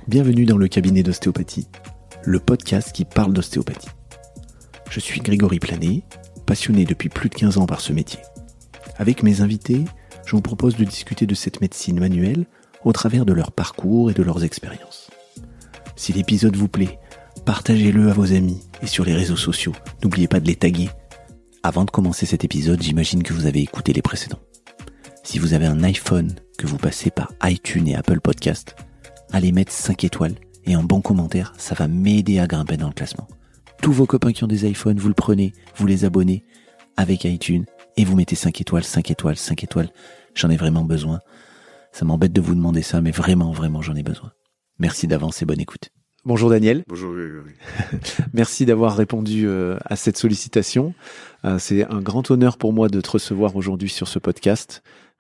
Bienvenue dans le cabinet d'ostéopathie, le podcast qui parle d'ostéopathie. Je suis Grégory Planet, passionné depuis plus de 15 ans par ce métier. Avec mes invités, je vous propose de discuter de cette médecine manuelle au travers de leur parcours et de leurs expériences. Si l'épisode vous plaît, partagez-le à vos amis et sur les réseaux sociaux. N'oubliez pas de les taguer. Avant de commencer cet épisode, j'imagine que vous avez écouté les précédents. Si vous avez un iPhone, que vous passez par iTunes et Apple Podcast, allez mettre 5 étoiles et un bon commentaire, ça va m'aider à grimper dans le classement. Tous vos copains qui ont des iPhones, vous le prenez, vous les abonnez avec iTunes et vous mettez 5 étoiles, 5 étoiles, 5 étoiles. J'en ai vraiment besoin. Ça m'embête de vous demander ça, mais vraiment, j'en ai besoin. Merci d'avance et bonne écoute. Bonjour Daniel. Bonjour Grégory. Merci d'avoir répondu à cette sollicitation. C'est un grand honneur pour moi de te recevoir aujourd'hui sur ce podcast.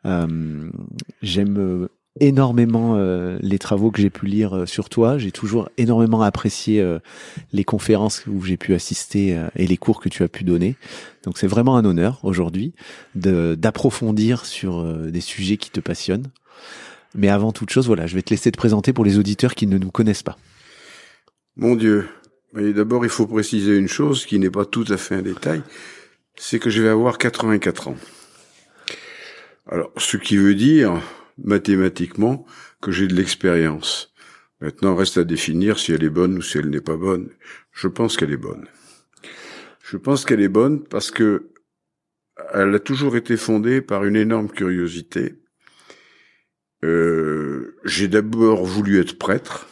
J'aime énormément les travaux que j'ai pu lire sur toi. J'ai toujours énormément apprécié les conférences où j'ai pu assister et les cours que tu as pu donner. Donc c'est vraiment un honneur aujourd'hui d'approfondir sur des sujets qui te passionnent. Mais avant toute chose, voilà, je vais te laisser te présenter pour les auditeurs qui ne nous connaissent pas. Mon Dieu. Et d'abord, il faut préciser une chose qui n'est pas tout à fait un détail, c'est que je vais avoir 84 ans. Alors, ce qui veut dire, mathématiquement, que j'ai de l'expérience. Maintenant, reste à définir si elle est bonne ou si elle n'est pas bonne. Je pense qu'elle est bonne. Je pense qu'elle est bonne parce que elle a toujours été fondée par une énorme curiosité. J'ai d'abord voulu être prêtre.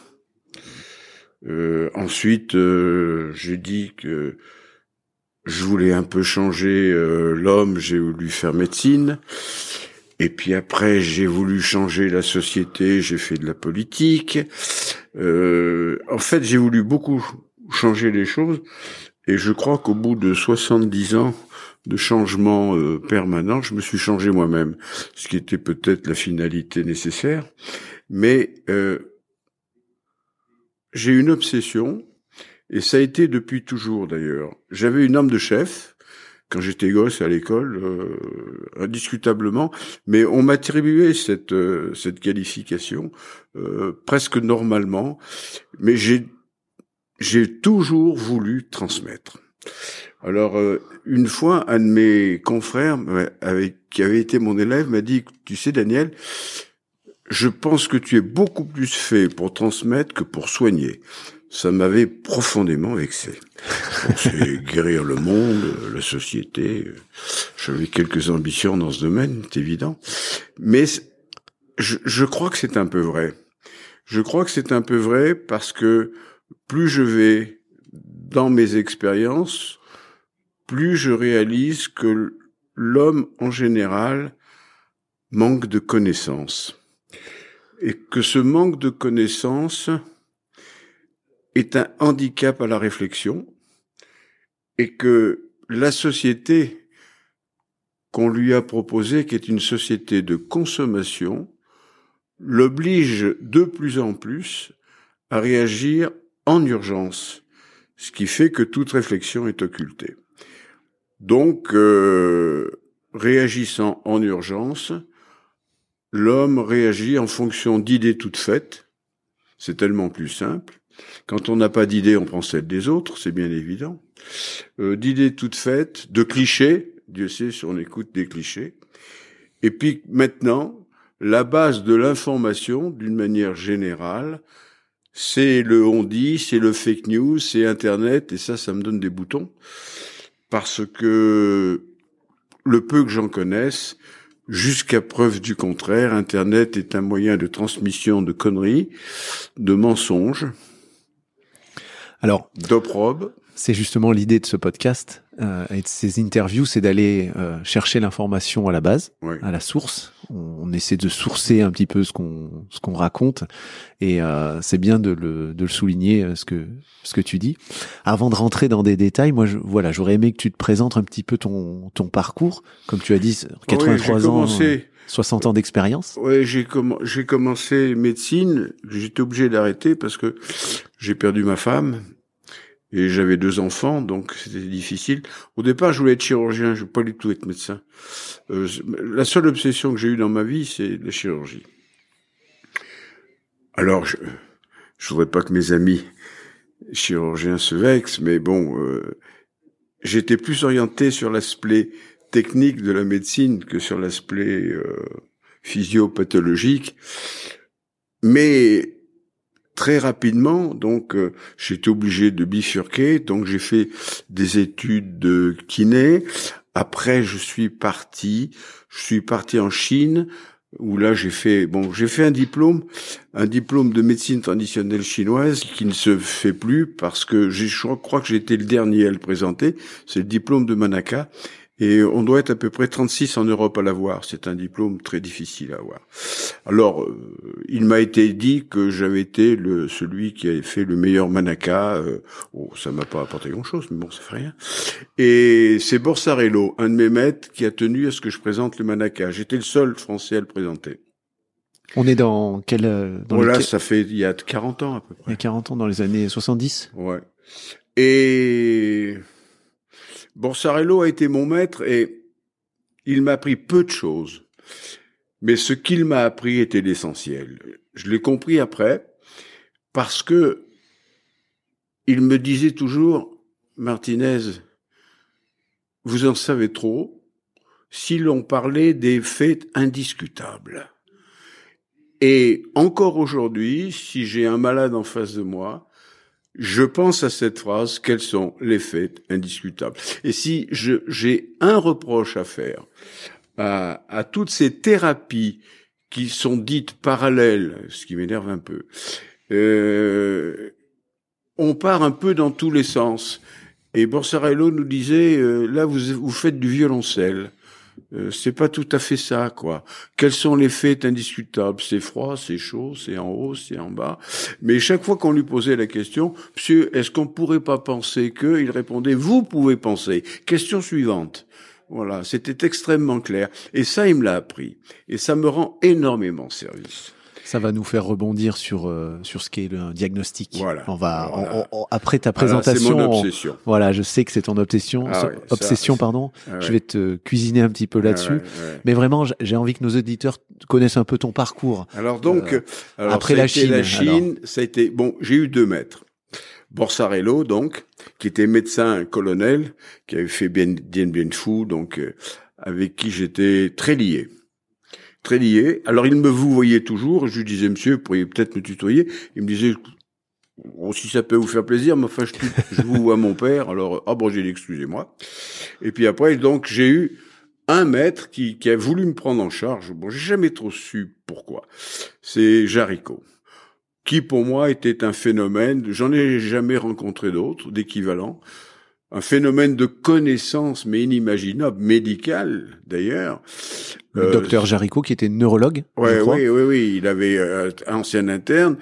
Ensuite, j'ai dit que je voulais un peu changer l'homme, j'ai voulu faire médecine. Et puis après, j'ai voulu changer la société, j'ai fait de la politique. En fait, j'ai voulu beaucoup changer les choses. Et je crois qu'au bout de 70 ans de changement permanent, je me suis changé moi-même. Ce qui était peut-être la finalité nécessaire. Mais j'ai une obsession, et ça a été depuis toujours d'ailleurs. J'avais une âme de chef quand j'étais gosse à l'école, indiscutablement, mais on m'attribuait cette qualification presque normalement, mais j'ai toujours voulu transmettre. Alors une fois, un de mes confrères qui avait été mon élève m'a dit, tu sais Daniel, je pense que tu es beaucoup plus fait pour transmettre que pour soigner. Ça m'avait profondément vexé. Bon, c'est guérir le monde, la société. J'avais quelques ambitions dans ce domaine, c'est évident. Mais je crois que c'est un peu vrai. Je crois que c'est un peu vrai parce que plus je vais dans mes expériences, plus je réalise que l'homme en général manque de connaissances. Et que ce manque de connaissances est un handicap à la réflexion et que la société qu'on lui a proposée, qui est une société de consommation, l'oblige de plus en plus à réagir en urgence, ce qui fait que toute réflexion est occultée. Donc, réagissant en urgence, l'homme réagit en fonction d'idées toutes faites. C'est tellement plus simple. Quand on n'a pas d'idées, on prend celle des autres, c'est bien évident. D'idées toutes faites, de clichés. Dieu sait si on écoute des clichés. Et puis maintenant, la base de l'information, d'une manière générale, c'est le on-dit, c'est le fake news, c'est Internet, et ça me donne des boutons. Parce que le peu que j'en connaisse, jusqu'à preuve du contraire, Internet est un moyen de transmission de conneries, de mensonges, d'opprobre. C'est justement l'idée de ce podcast et de ces interviews, c'est d'aller chercher l'information à la base, oui, à la source. On essaie de sourcer un petit peu ce qu'on raconte, et c'est bien de le souligner, ce que tu dis. Avant de rentrer dans des détails, moi j'aurais aimé que tu te présentes un petit peu ton parcours. Comme tu as dit, 83 ans, 60 ans d'expérience. Oui, j'ai commencé médecine, j'étais obligé d'arrêter parce que j'ai perdu ma femme. Et j'avais 2 enfants, donc c'était difficile. Au départ, je voulais être chirurgien, je voulais pas du tout être médecin. La seule obsession que j'ai eue dans ma vie, c'est la chirurgie. Alors, je voudrais pas que mes amis chirurgiens se vexent, mais bon, j'étais plus orienté sur l'aspect technique de la médecine que sur l'aspect physiopathologique. Mais très rapidement, donc, j'étais obligé de bifurquer, donc j'ai fait des études de kiné. Après, je suis parti en Chine, où là j'ai fait un diplôme de médecine traditionnelle chinoise qui ne se fait plus parce que je crois que j'ai été le dernier à le présenter. C'est le diplôme de Manaka. Et on doit être à peu près 36 en Europe à l'avoir. C'est un diplôme très difficile à avoir. Alors, il m'a été dit que j'avais été celui qui avait fait le meilleur Manaka. Ça m'a pas apporté grand-chose, mais bon, ça fait rien. Et c'est Borsarello, un de mes maîtres, qui a tenu à ce que je présente le Manaka. J'étais le seul Français à le présenter. On est dans voilà, ça fait il y a 40 ans à peu près. Il y a 40 ans, dans les années 70. Ouais. Et Borsarello a été mon maître et il m'a appris peu de choses. Mais ce qu'il m'a appris était l'essentiel. Je l'ai compris après parce que il me disait toujours, Martinez, vous en savez trop si l'on parlait des faits indiscutables. Et encore aujourd'hui, si j'ai un malade en face de moi, je pense à cette phrase, quels sont les faits indiscutables. Et si j'ai un reproche à faire à toutes ces thérapies qui sont dites parallèles, ce qui m'énerve un peu, on part un peu dans tous les sens. Et Borsarello nous disait, là vous faites du violoncelle. C'est pas tout à fait ça, quoi. Quels sont les faits indiscutables? C'est froid, c'est chaud, c'est en haut, c'est en bas. Mais chaque fois qu'on lui posait la question, monsieur, est-ce qu'on pourrait pas penser que? Il répondait, vous pouvez penser. Question suivante. Voilà. C'était extrêmement clair. Et ça, il me l'a appris. Et ça me rend énormément service. Ça va nous faire rebondir sur ce qu'est le diagnostic. Voilà. Après ta présentation, c'est mon obsession. Voilà, je sais que c'est ton obsession, pardon. Je vais te cuisiner un petit peu là-dessus, mais vraiment, j'ai envie que nos auditeurs connaissent un peu ton parcours. Alors donc, après la Chine, ça a été j'ai eu 2 maîtres. Borsarello, donc, qui était médecin colonel, qui avait fait Dien Bien Phu, donc avec qui j'étais très lié. Alors, il me vouvoyait toujours. Je lui disais, monsieur, vous pourriez peut-être me tutoyer. Il me disait, si ça peut vous faire plaisir, mais enfin, je vous vois mon père. Alors, j'ai dit, excusez-moi. Et puis après, donc, j'ai eu un maître qui a voulu me prendre en charge. J'ai jamais trop su pourquoi. C'est Jaricot, qui pour moi était un phénomène. J'en ai jamais rencontré d'autres, d'équivalents. Un phénomène de connaissance, mais inimaginable, médical d'ailleurs. Le docteur Jaricot, qui était neurologue. Oui. Il avait un ancien interne.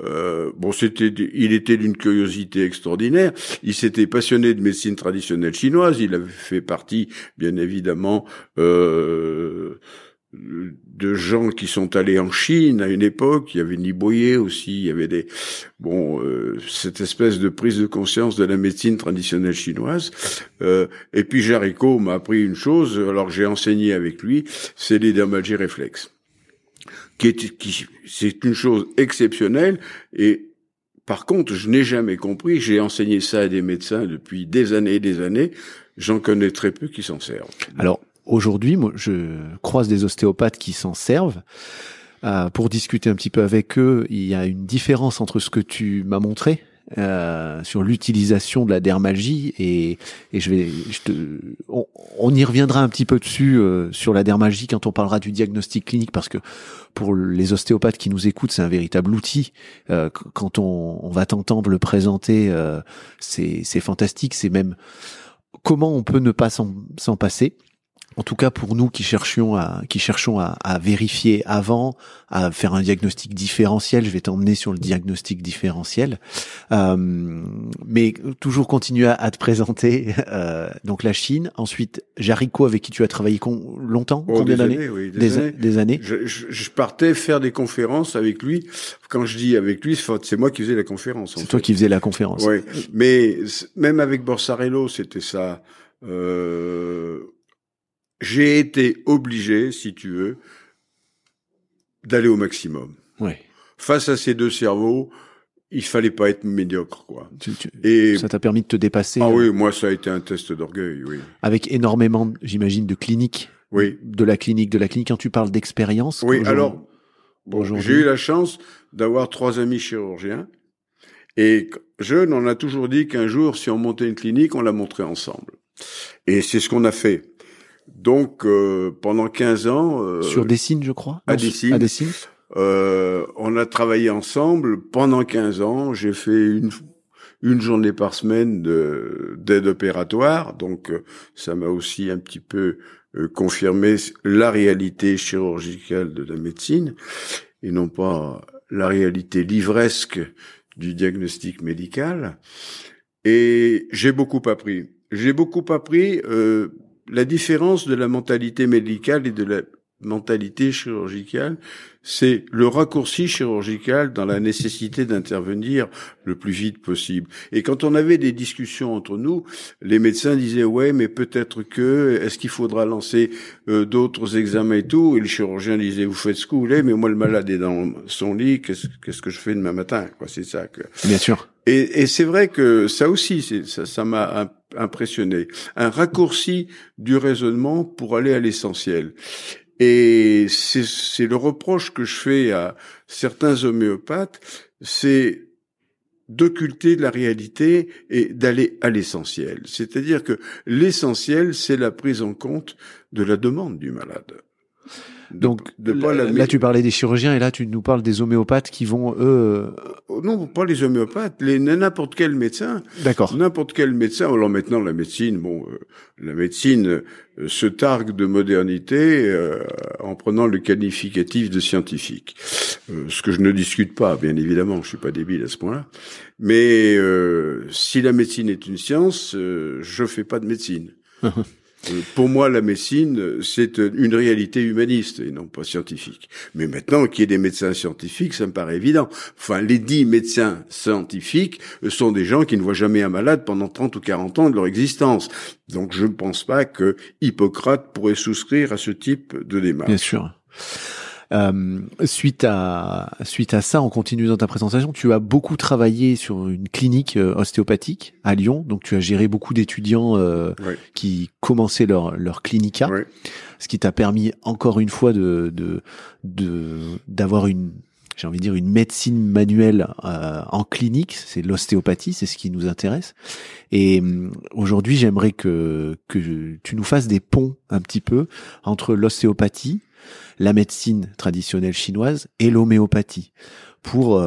Il était d'une curiosité extraordinaire. Il s'était passionné de médecine traditionnelle chinoise. Il avait fait partie, bien évidemment, de gens qui sont allés en Chine à une époque. Il y avait Niboye aussi, il y avait cette espèce de prise de conscience de la médecine traditionnelle chinoise. Et puis Jaricot m'a appris une chose, alors que j'ai enseigné avec lui, c'est les dermalgies réflexes. C'est une chose exceptionnelle et par contre, je n'ai jamais compris, j'ai enseigné ça à des médecins depuis des années et des années, j'en connais très peu qui s'en servent. Alors, aujourd'hui, moi, je croise des ostéopathes qui s'en servent. Pour discuter un petit peu avec eux, il y a une différence entre ce que tu m'as montré sur l'utilisation de la dermalgie et on y reviendra un petit peu dessus sur la dermalgie quand on parlera du diagnostic clinique, parce que pour les ostéopathes qui nous écoutent, c'est un véritable outil. Quand on va t'entendre le présenter, c'est fantastique. C'est même comment on peut ne pas s'en passer. En tout cas, pour nous qui cherchons à vérifier avant, à faire un diagnostic différentiel, je vais t'emmener sur le diagnostic différentiel. Mais toujours continuer à te présenter. Donc la Chine, ensuite Jaricot, avec qui tu as travaillé longtemps, combien d'années? Oui, des années. Je partais faire des conférences avec lui. Quand je dis avec lui, c'est moi qui faisais la conférence. C'est toi qui faisais la conférence. Oui, mais même avec Borsarello, c'était ça. J'ai été obligé, si tu veux, d'aller au maximum. Ouais. Face à ces 2 cerveaux, il fallait pas être médiocre, quoi. Et ça t'a permis de te dépasser. Ah oui, moi, ça a été un test d'orgueil, oui. Avec énormément, j'imagine, de cliniques. Oui. De la clinique. Quand tu parles d'expérience. Oui, alors, j'ai eu la chance d'avoir 3 amis chirurgiens. Et jeune, on a toujours dit qu'un jour, si on montait une clinique, on la monterait ensemble. Et c'est ce qu'on a fait. Donc, pendant 15 ans... sur Dessines, je crois. À Dessines. On a travaillé ensemble pendant 15 ans. J'ai fait une journée par semaine d'aide opératoire. Donc, ça m'a aussi un petit peu confirmé la réalité chirurgicale de la médecine et non pas la réalité livresque du diagnostic médical. Et j'ai beaucoup appris. La différence de la mentalité médicale et de la mentalité chirurgicale, c'est le raccourci chirurgical dans la nécessité d'intervenir le plus vite possible. Et quand on avait des discussions entre nous, les médecins disaient ouais, mais peut-être est-ce qu'il faudra lancer d'autres examens et tout, et le chirurgien disait vous faites ce que vous voulez, mais moi le malade est dans son lit, qu'est-ce que je fais demain matin, quoi, c'est ça que. Bien sûr. Et c'est vrai que ça aussi, ça m'a impressionné. Un raccourci du raisonnement pour aller à l'essentiel. Et c'est le reproche que je fais à certains homéopathes, c'est d'occulter la réalité et d'aller à l'essentiel. C'est-à-dire que l'essentiel, c'est la prise en compte de la demande du malade. Donc là, tu parlais des chirurgiens et là, tu nous parles des homéopathes qui vont, eux... Non, pas les homéopathes, n'importe quel médecin. D'accord. N'importe quel médecin. Alors maintenant, la médecine, la médecine se targue de modernité en prenant le qualificatif de scientifique. Ce que je ne discute pas, bien évidemment, je suis pas débile à ce point-là. Mais si la médecine est une science, je fais pas de médecine. Pour moi, la médecine, c'est une réalité humaniste et non pas scientifique. Mais maintenant, qu'il y ait des médecins scientifiques, ça me paraît évident. Enfin, les 10 médecins scientifiques sont des gens qui ne voient jamais un malade pendant 30 ou 40 ans de leur existence. Donc, je ne pense pas que Hippocrate pourrait souscrire à ce type de démarche. Bien sûr. Suite à ça, on continue dans ta présentation. Tu as beaucoup travaillé sur une clinique ostéopathique à Lyon. Donc, tu as géré beaucoup d'étudiants oui. qui commençaient leur clinica, oui. Ce qui t'a permis encore une fois d'avoir une médecine manuelle en clinique. C'est l'ostéopathie, c'est ce qui nous intéresse. Et aujourd'hui, j'aimerais que tu nous fasses des ponts un petit peu entre l'ostéopathie, la médecine traditionnelle chinoise et l'homéopathie pour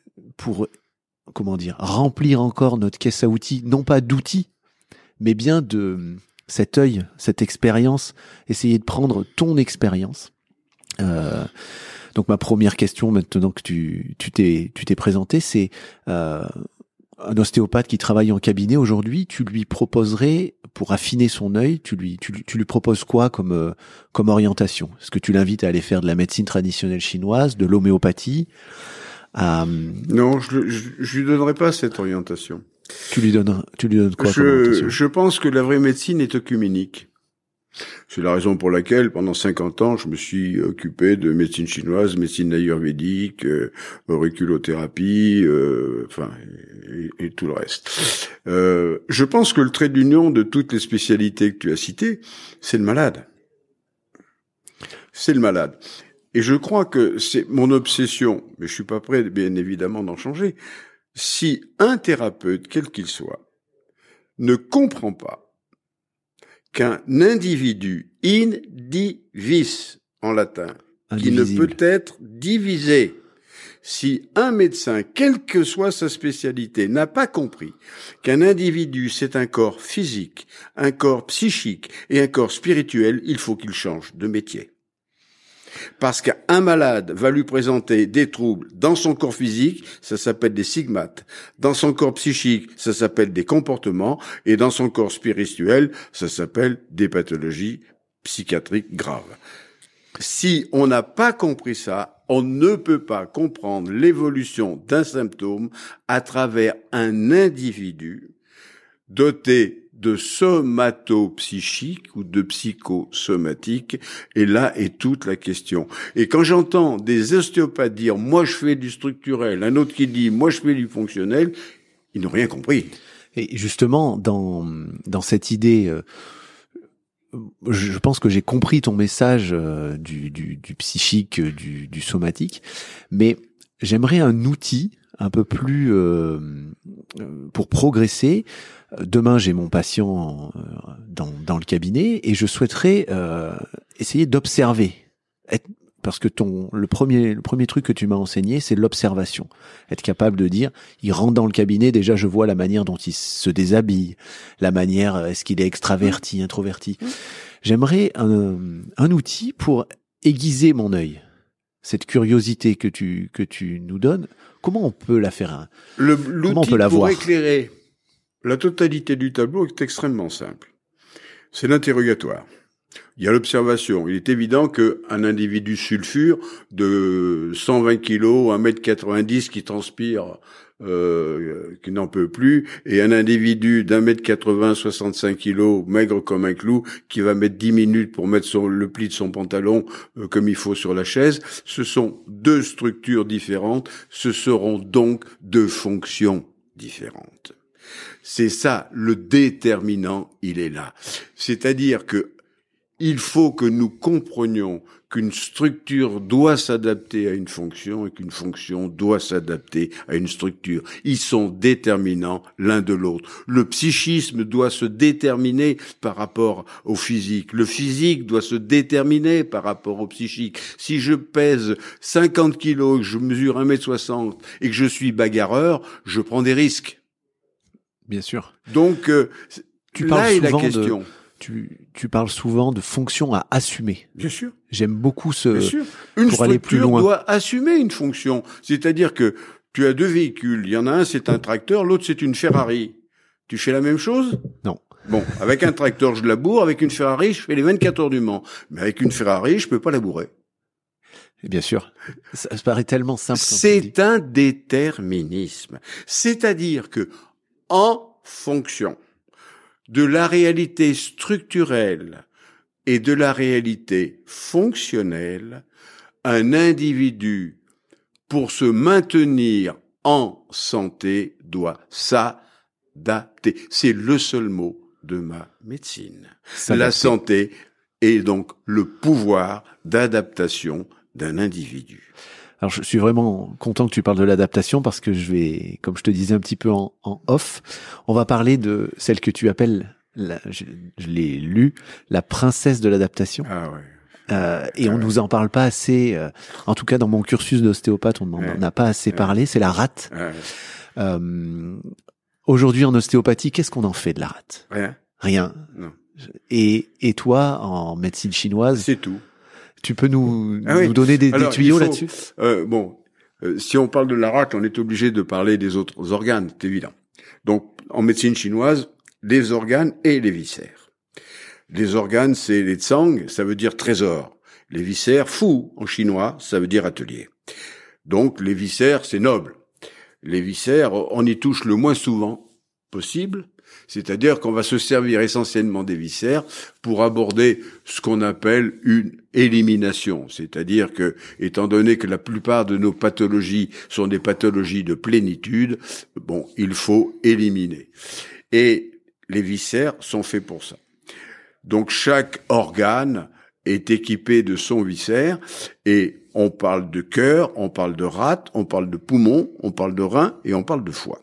remplir encore notre caisse à outils, non pas d'outils, mais bien de cet œil, cette expérience, essayer de prendre ton expérience. Donc ma première question maintenant que tu t'es présenté, c'est un ostéopathe qui travaille en cabinet aujourd'hui, tu lui proposerais, pour affiner son œil, tu lui proposes quoi comme orientation? Est-ce que tu l'invites à aller faire de la médecine traditionnelle chinoise, de l'homéopathie? Non, je lui donnerai pas cette orientation. Tu lui donnes quoi comme orientation? Je pense que la vraie médecine est œcuménique. C'est la raison pour laquelle, pendant 50 ans, je me suis occupé de médecine chinoise, médecine ayurvédique, auriculothérapie, et tout le reste. Je pense que le trait d'union de toutes les spécialités que tu as citées, c'est le malade. C'est le malade. Et je crois que c'est mon obsession, mais je suis pas prêt, bien évidemment, d'en changer. Si un thérapeute, quel qu'il soit, ne comprend pas qu'un individu indivis en latin, indivisible, qui ne peut être divisé, si un médecin, quelle que soit sa spécialité, n'a pas compris qu'un individu c'est un corps physique, un corps psychique et un corps spirituel, il faut qu'il change de métier. Parce qu'un malade va lui présenter des troubles dans son corps physique, ça s'appelle des stigmates. Dans son corps psychique, ça s'appelle des comportements. Et dans son corps spirituel, ça s'appelle des pathologies psychiatriques graves. Si on n'a pas compris ça, on ne peut pas comprendre l'évolution d'un symptôme à travers un individu doté de somatopsychique ou de psychosomatique, et là est toute la question. Et quand j'entends des ostéopathes dire « moi je fais du structurel », un autre qui dit « moi je fais du fonctionnel », ils n'ont rien compris. Et justement, dans cette idée, je pense que j'ai compris ton message du psychique, du somatique, mais j'aimerais un outil un peu plus pour progresser. Demain, j'ai mon patient dans le cabinet et je souhaiterais essayer d'observer. Parce que le premier truc que tu m'as enseigné, c'est l'observation. Être capable de dire, il rentre dans le cabinet, déjà je vois la manière dont il se déshabille, la manière, est-ce qu'il est extraverti, introverti. J'aimerais un outil pour aiguiser mon œil. Cette curiosité que tu nous donnes, comment on peut la faire? Comment on peut la pour voir? Éclairer la totalité du tableau est extrêmement simple. C'est l'interrogatoire. Il y a l'observation. Il est évident qu'un individu sulfure de 120 kilos, 1m90 qui transpire, qui n'en peut plus, et un individu d'1m80, 65 kilos, maigre comme un clou, qui va mettre 10 minutes pour mettre le pli de son pantalon comme il faut sur la chaise, ce sont deux structures différentes, ce seront donc deux fonctions différentes. C'est ça, le déterminant, il est là. C'est-à-dire que il faut que nous comprenions qu'une structure doit s'adapter à une fonction et qu'une fonction doit s'adapter à une structure. Ils sont déterminants l'un de l'autre. Le psychisme doit se déterminer par rapport au physique. Le physique doit se déterminer par rapport au psychique. Si je pèse 50 kilos, que je mesure 1m60 et que je suis bagarreur, je prends des risques. Bien sûr. Donc, tu là parles est la souvent question. Tu parles souvent de fonction à assumer. Bien sûr. J'aime beaucoup Bien sûr. Une pour aller plus structure loin. doit assumer une fonction. C'est-à-dire que tu as deux véhicules. Il y en a un, c'est un tracteur, l'autre, c'est une Ferrari. Tu fais la même chose? Non. Bon, avec un tracteur, je laboure. Avec une Ferrari, je fais les 24 heures du Mans. Mais avec une Ferrari, je peux pas labourer. Bien sûr. Ça paraît tellement simple. C'est un déterminisme. C'est-à-dire que, en fonction de la réalité structurelle et de la réalité fonctionnelle, un individu, pour se maintenir en santé, doit s'adapter. C'est le seul mot de ma médecine. La santé est donc le pouvoir d'adaptation d'un individu. Alors, je suis vraiment content que tu parles de l'adaptation parce que comme je te disais un petit peu en off, on va parler de celle que tu appelles, je l'ai lu, la princesse de l'adaptation. Ah ouais. Et on nous en parle pas assez. En tout cas, dans mon cursus d'ostéopathe, on n'en a pas assez parlé. C'est la rate. Aujourd'hui, en ostéopathie, qu'est-ce qu'on en fait de la rate? Rien. Non. Et toi, en médecine chinoise, c'est tout. Tu peux nous donner des tuyaux là-dessus? Si on parle de la rate, on est obligé de parler des autres organes, c'est évident. Donc, en médecine chinoise, les organes et les viscères. Les organes, c'est les tsang, ça veut dire trésor. Les viscères, fu, en chinois, ça veut dire atelier. Donc, les viscères, c'est noble. Les viscères, on y touche le moins souvent possible. C'est-à-dire qu'on va se servir essentiellement des viscères pour aborder ce qu'on appelle une élimination. C'est-à-dire que, étant donné que la plupart de nos pathologies sont des pathologies de plénitude, il faut éliminer. Et les viscères sont faits pour ça. Donc chaque organe est équipé de son viscère et on parle de cœur, on parle de rate, on parle de poumon, on parle de rein et on parle de foie.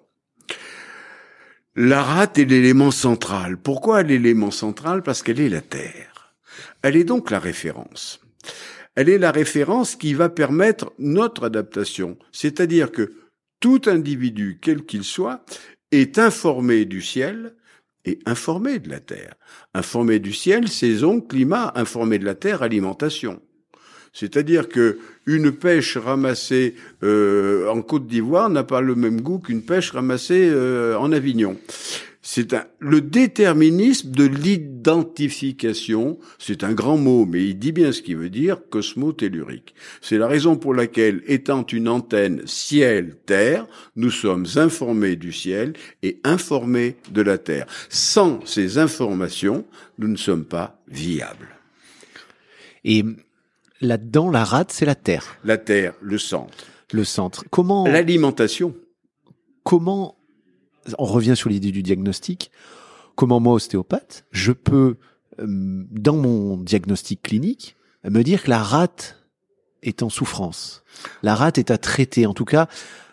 La rate est l'élément central. Pourquoi l'élément central? Parce qu'elle est la terre. Elle est donc la référence. Elle est la référence qui va permettre notre adaptation. C'est-à-dire que tout individu, quel qu'il soit, est informé du ciel et informé de la terre. Informé du ciel, saison, climat, informé de la terre, alimentation. C'est-à-dire que une pêche ramassée en Côte d'Ivoire n'a pas le même goût qu'une pêche ramassée en Avignon. Le déterminisme de l'identification, c'est un grand mot, mais il dit bien ce qu'il veut dire, cosmotellurique. C'est la raison pour laquelle, étant une antenne ciel-terre, nous sommes informés du ciel et informés de la terre. Sans ces informations, nous ne sommes pas viables. Et là-dedans, la rate, c'est la terre. La terre, le centre. Le centre. Comment... L'alimentation. Comment... On revient sur l'idée du diagnostic. Comment moi, ostéopathe, je peux, dans mon diagnostic clinique, me dire que la rate est en souffrance. La rate est à traiter. En tout cas,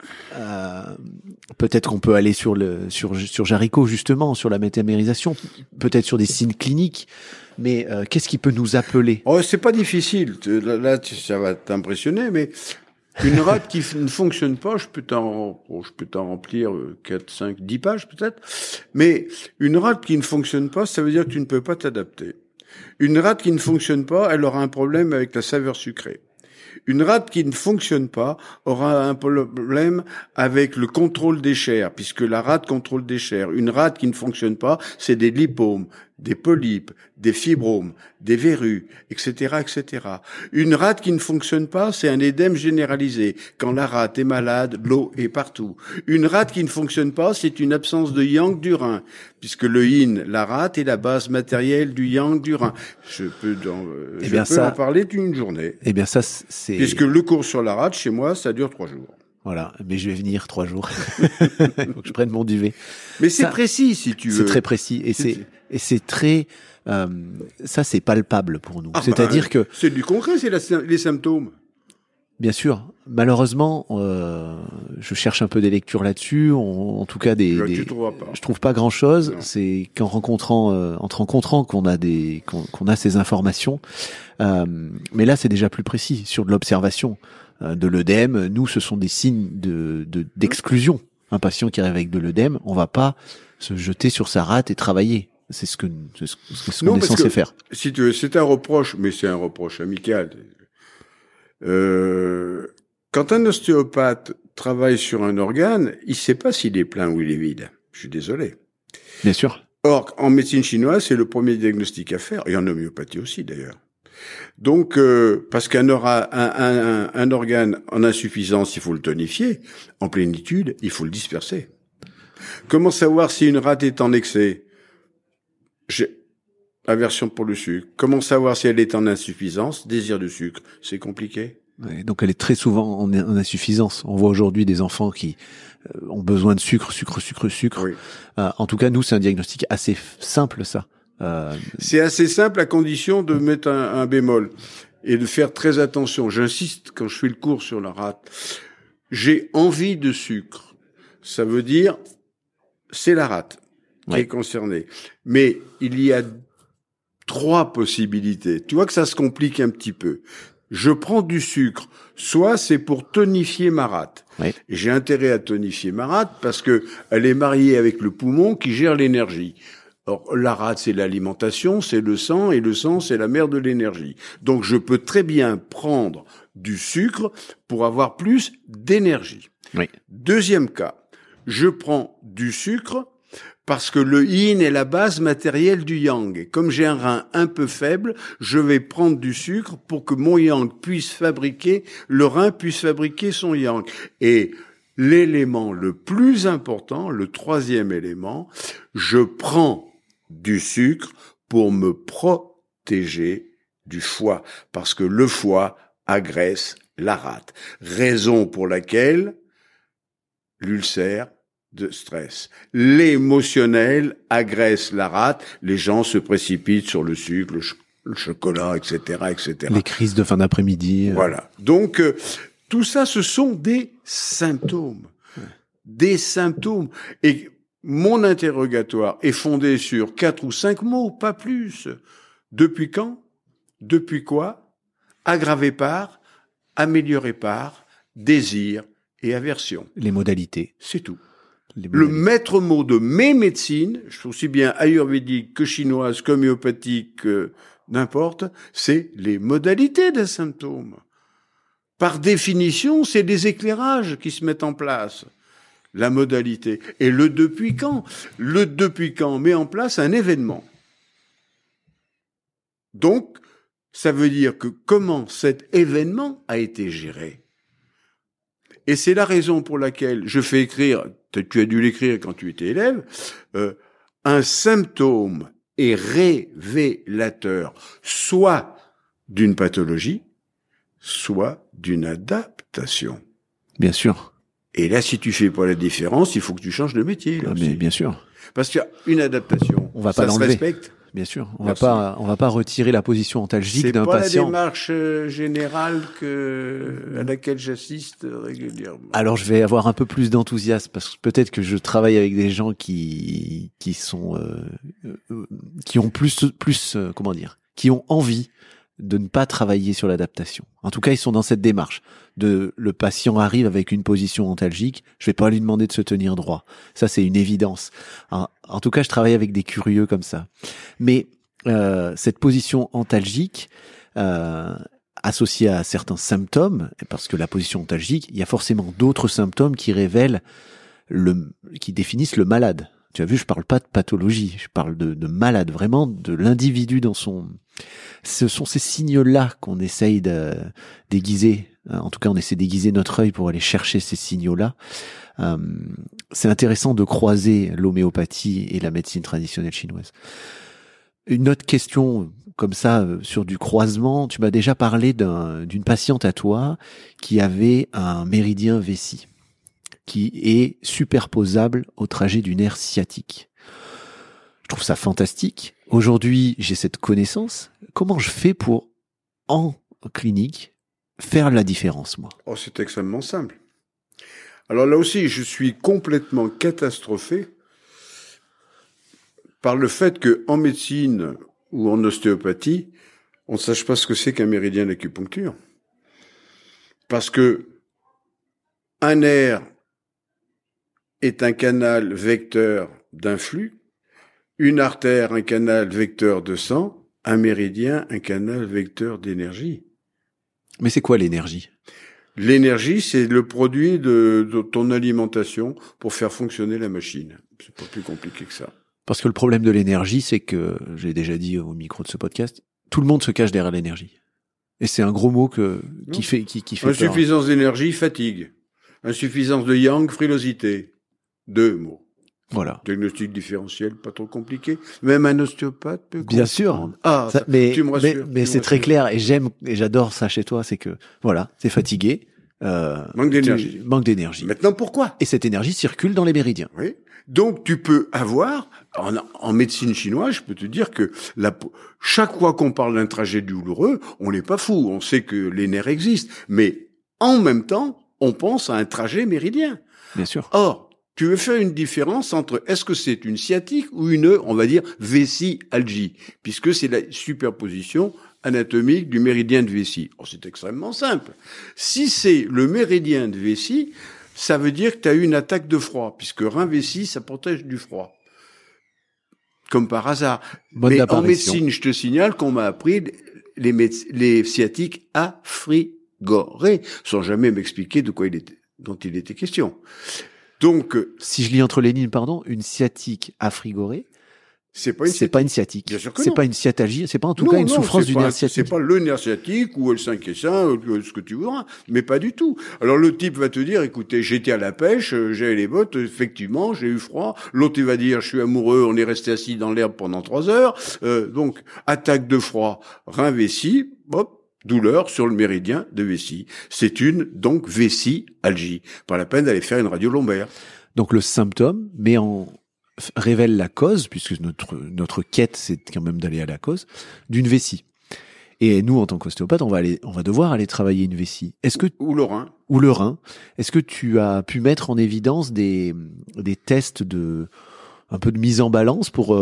peut-être qu'on peut aller sur Jaricot, justement, sur la métamérisation, peut-être sur des signes cliniques. Mais qu'est-ce qui peut nous appeler? Oh, c'est pas difficile. Là, ça va t'impressionner, mais une rate qui ne fonctionne pas, je peux t'en remplir 4, 5, 10 pages peut-être. Mais une rate qui ne fonctionne pas, ça veut dire que tu ne peux pas t'adapter. Une rate qui ne fonctionne pas, elle aura un problème avec la saveur sucrée. Une rate qui ne fonctionne pas aura un problème avec le contrôle des chairs, puisque la rate contrôle des chairs. Une rate qui ne fonctionne pas, c'est des lipomes, des polypes, des fibromes, des verrues, etc., etc. Une rate qui ne fonctionne pas, c'est un édème généralisé. Quand la rate est malade, l'eau est partout. Une rate qui ne fonctionne pas, c'est une absence de yang du rein, puisque le yin, la rate, est la base matérielle du yang du rein. Je peux en parler d'une journée. Eh bien, ça, c'est... Puisque le cours sur la rate, chez moi, ça dure 3 jours. Voilà, mais je vais venir 3 jours. Il faut que je prenne mon duvet. Mais c'est précis, si tu veux. C'est très précis, et c'est très... ça, c'est palpable pour nous. C'est-à-dire que... C'est du concret, c'est les symptômes. Bien sûr. Malheureusement, je cherche un peu des lectures là-dessus. En tout cas, tu trouveras pas. Je trouve pas grand-chose. C'est en rencontrant qu'on a ces informations. Mais là, c'est déjà plus précis sur de l'observation de l'œdème. Nous, ce sont des signes d'exclusion. Un patient qui arrive avec de l'œdème, on va pas se jeter sur sa rate et travailler. C'est ce qu'on est censé faire. Si tu veux, c'est un reproche, mais c'est un reproche amical. Quand un ostéopathe travaille sur un organe, il sait pas s'il est plein ou il est vide. Je suis désolé. Bien sûr. Or, en médecine chinoise, c'est le premier diagnostic à faire, et en homéopathie aussi d'ailleurs. Donc, parce qu'un organe en insuffisance, il faut le tonifier. En plénitude, il faut le disperser. Comment savoir si une rate est en excès? J'ai aversion pour le sucre. Comment savoir si elle est en insuffisance? Désir de sucre. C'est compliqué. Ouais, donc elle est très souvent en insuffisance. On voit aujourd'hui des enfants qui ont besoin de sucre. Oui. En tout cas, nous, c'est un diagnostic assez simple, ça. C'est assez simple à condition de mettre un bémol et de faire très attention. J'insiste quand je fais le cours sur la rate. J'ai envie de sucre. Ça veut dire, c'est la rate qui est concernée. Mais il y a 3 possibilités. Tu vois que ça se complique un petit peu. Je prends du sucre, soit c'est pour tonifier ma rate. Oui. Et j'ai intérêt à tonifier ma rate parce que elle est mariée avec le poumon qui gère l'énergie. Or, la rate, c'est l'alimentation, c'est le sang, et le sang, c'est la mère de l'énergie. Donc, je peux très bien prendre du sucre pour avoir plus d'énergie. Oui. Deuxième cas, je prends du sucre parce que le yin est la base matérielle du yang. Et comme j'ai un rein un peu faible, je vais prendre du sucre pour que mon yang le rein puisse fabriquer son yang. Et l'élément le plus important, le 3e élément, je prends du sucre pour me protéger du foie, parce que le foie agresse la rate. Raison pour laquelle l'ulcère de stress. L'émotionnel agresse la rate, les gens se précipitent sur le sucre, le chocolat, etc., etc. Les crises de fin d'après-midi. Voilà. Donc, tout ça, ce sont des symptômes. Des symptômes. Et mon interrogatoire est fondé sur 4 ou 5 mots, pas plus. Depuis quand? Depuis quoi? Aggravé par, amélioré par, désir et aversion. Les modalités. C'est tout. Le maître mot de mes médecines, aussi bien ayurvédique que chinoise, qu'homéopathique, n'importe, c'est les modalités d'un symptôme. Par définition, c'est des éclairages qui se mettent en place. la modalité. Et le depuis quand met en place un événement. Donc, ça veut dire que comment cet événement a été géré. Et c'est la raison pour laquelle je fais écrire, tu as dû l'écrire quand tu étais élève, un symptôme est révélateur soit d'une pathologie, soit d'une adaptation. Bien sûr. Et là, si tu fais pas la différence, il faut que tu changes de métier. Là aussi. Mais bien sûr. Parce qu'il y a une adaptation. On va ça pas l'enlever. Se respecte. Bien sûr. On va pas retirer la position antalgique d'un patient. C'est pas la démarche générale à laquelle j'assiste régulièrement. Alors, je vais avoir un peu plus d'enthousiasme parce que peut-être que je travaille avec des gens qui ont qui ont envie de ne pas travailler sur l'adaptation. En tout cas, ils sont dans cette démarche. Le patient arrive avec une position antalgique, je vais pas lui demander de se tenir droit. Ça, c'est une évidence. En tout cas, je travaille avec des curieux comme ça. Mais cette position antalgique, associée à certains symptômes, parce que la position antalgique, il y a forcément d'autres symptômes qui qui définissent le malade. Tu as vu, je parle pas de pathologie, je parle de malade, vraiment de l'individu dans son... Ce sont ces signes-là qu'on essaye d'aiguiser. En tout cas, on essaie d'aiguiser notre œil pour aller chercher ces signaux-là. C'est intéressant de croiser l'homéopathie et la médecine traditionnelle chinoise. Une autre question comme ça sur du croisement, tu m'as déjà parlé d'une patiente à toi qui avait un méridien vessie qui est superposable au trajet du nerf sciatique. Je trouve ça fantastique. Aujourd'hui, j'ai cette connaissance. Comment je fais pour, en clinique, faire la différence, moi? Oh, c'est extrêmement simple. Alors là aussi, je suis complètement catastrophé par le fait qu'en médecine ou en ostéopathie, on ne sache pas ce que c'est qu'un méridien d'acupuncture. Parce que un nerf est un canal vecteur d'un flux, une artère, un canal vecteur de sang, un méridien, un canal vecteur d'énergie. Mais c'est quoi l'énergie? L'énergie, c'est le produit de ton alimentation pour faire fonctionner la machine. C'est pas plus compliqué que ça. Parce que le problème de l'énergie, c'est que, j'ai déjà dit au micro de ce podcast, tout le monde se cache derrière l'énergie. Et c'est un gros mot qui fait peur. Insuffisance d'énergie, fatigue. Insuffisance de yang, frilosité. 2 mots. Voilà. Diagnostic différentiel, pas trop compliqué. Même un ostéopathe peut bien comprendre. Sûr. Ça, mais, tu me rassures. Mais c'est très clair et j'adore ça chez toi, c'est que, voilà, t'es fatigué. Manque d'énergie. Manque d'énergie. Maintenant, pourquoi? Et cette énergie circule dans les méridiens. Oui. Donc, tu peux avoir, en médecine chinoise, je peux te dire que chaque fois qu'on parle d'un trajet douloureux, on n'est pas fou. On sait que les nerfs existent. Mais, en même temps, on pense à un trajet méridien. Bien sûr. Or, tu veux faire une différence entre est-ce que c'est une sciatique ou une, on va dire, vessie-algie, puisque c'est la superposition anatomique du méridien de vessie. Oh, c'est extrêmement simple. Si c'est le méridien de vessie, ça veut dire que tu as eu une attaque de froid, puisque rein-vessie, ça protège du froid. Comme par hasard. Mais en médecine, je te signale qu'on m'a appris les sciatiques affrigorées, sans jamais m'expliquer dont il était question. Donc, si je lis entre les lignes, une sciatique affrigorée, c'est pas une sciatique. Bien sûr que c'est non. Pas une sciatalgie, c'est pas en tout cas une souffrance du nerf sciatique. C'est pas le nerf sciatique ou le 5 et 5, ce que tu voudras, mais pas du tout. Alors le type va te dire, écoutez, j'étais à la pêche, j'avais les bottes, effectivement, j'ai eu froid. L'autre il va dire, je suis amoureux, on est resté assis dans l'herbe pendant 3 heures. Donc attaque de froid, rein vessie, hop. Douleur sur le méridien de vessie. C'est donc vessie-algie. Pas la peine d'aller faire une radio lombaire. Donc le symptôme, révèle la cause, puisque notre quête, c'est quand même d'aller à la cause, d'une vessie. Et nous, en tant qu'ostéopathe, on va devoir aller travailler une vessie. Ou le rein. Ou le rein. Est-ce que tu as pu mettre en évidence des tests un peu de mise en balance pour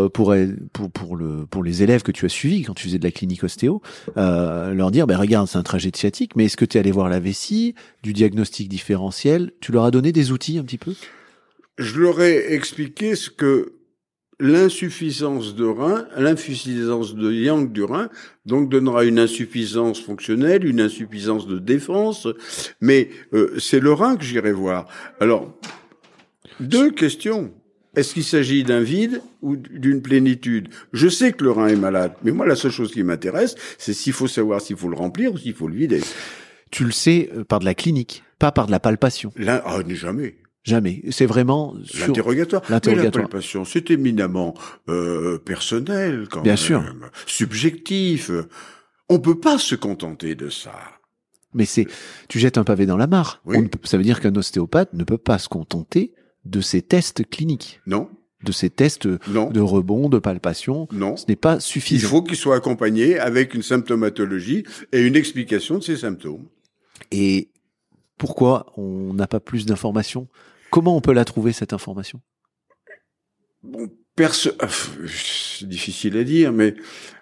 les élèves que tu as suivis quand tu faisais de la clinique ostéo, leur dire, regarde, c'est un trajet de sciatique, mais est-ce que tu es allé voir la vessie, du diagnostic différentiel? Tu leur as donné des outils un petit peu? Je leur ai expliqué ce que l'insuffisance de rein, l'insuffisance de yang du rein, donc donnera une insuffisance fonctionnelle, une insuffisance de défense, mais c'est le rein que j'irai voir. Alors, Deux questions. Est-ce qu'il s'agit d'un vide ou d'une plénitude? Je sais que le rein est malade, mais moi, la seule chose qui m'intéresse, c'est s'il faut savoir s'il faut le remplir ou s'il faut le vider. Tu le sais par de la clinique, pas par de la palpation. Jamais. Jamais. C'est vraiment sur l'interrogatoire. l'interrogatoire. Mais la palpation, c'est éminemment personnel, quand Bien même. sûr. Subjectif. On peut pas se contenter de ça. Mais tu jettes un pavé dans la mare. Oui. Ça veut dire qu'un ostéopathe ne peut pas se contenter de ces tests cliniques, Non. de ces tests Non. de rebond, de palpation. Non. Ce n'est pas Il suffisant. faut qu'il soit accompagné avec une symptomatologie et une explication de ses symptômes. Et pourquoi on n'a pas plus d'informations? Comment on peut la trouver, cette information? Bon, c'est difficile à dire, mais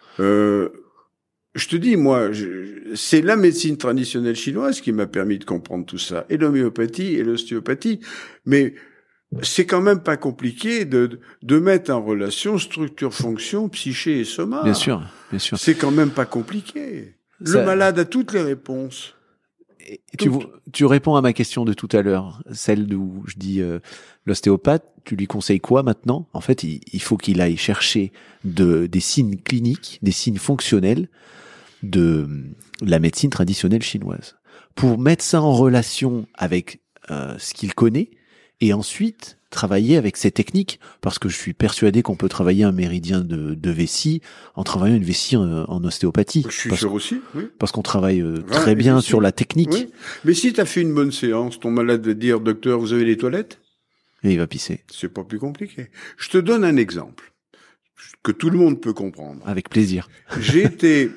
je te dis, moi, c'est la médecine traditionnelle chinoise qui m'a permis de comprendre tout ça, et l'homéopathie et l'ostéopathie. Mais c'est quand même pas compliqué de mettre en relation structure, fonction, psyché et soma. Bien sûr, bien sûr. C'est quand même pas compliqué. Ça- Le malade a toutes les réponses. Et tu réponds à ma question de tout à l'heure, celle où je dis l'ostéopathe, tu lui conseilles quoi maintenant? En fait, il faut qu'il aille chercher des signes cliniques, des signes fonctionnels de la médecine traditionnelle chinoise, pour mettre ça en relation avec ce qu'il connaît, et ensuite travailler avec ces techniques, parce que je suis persuadé qu'on peut travailler un méridien de vessie en travaillant une vessie en ostéopathie. Je suis sûr aussi, oui. Parce qu'on travaille très bien vessie. sur la technique. Oui. Mais si tu as fait une bonne séance, ton malade va te dire, docteur, vous avez les toilettes? Et il va pisser. C'est pas plus compliqué. Je te donne un exemple que tout le monde peut comprendre. Avec plaisir. J'ai été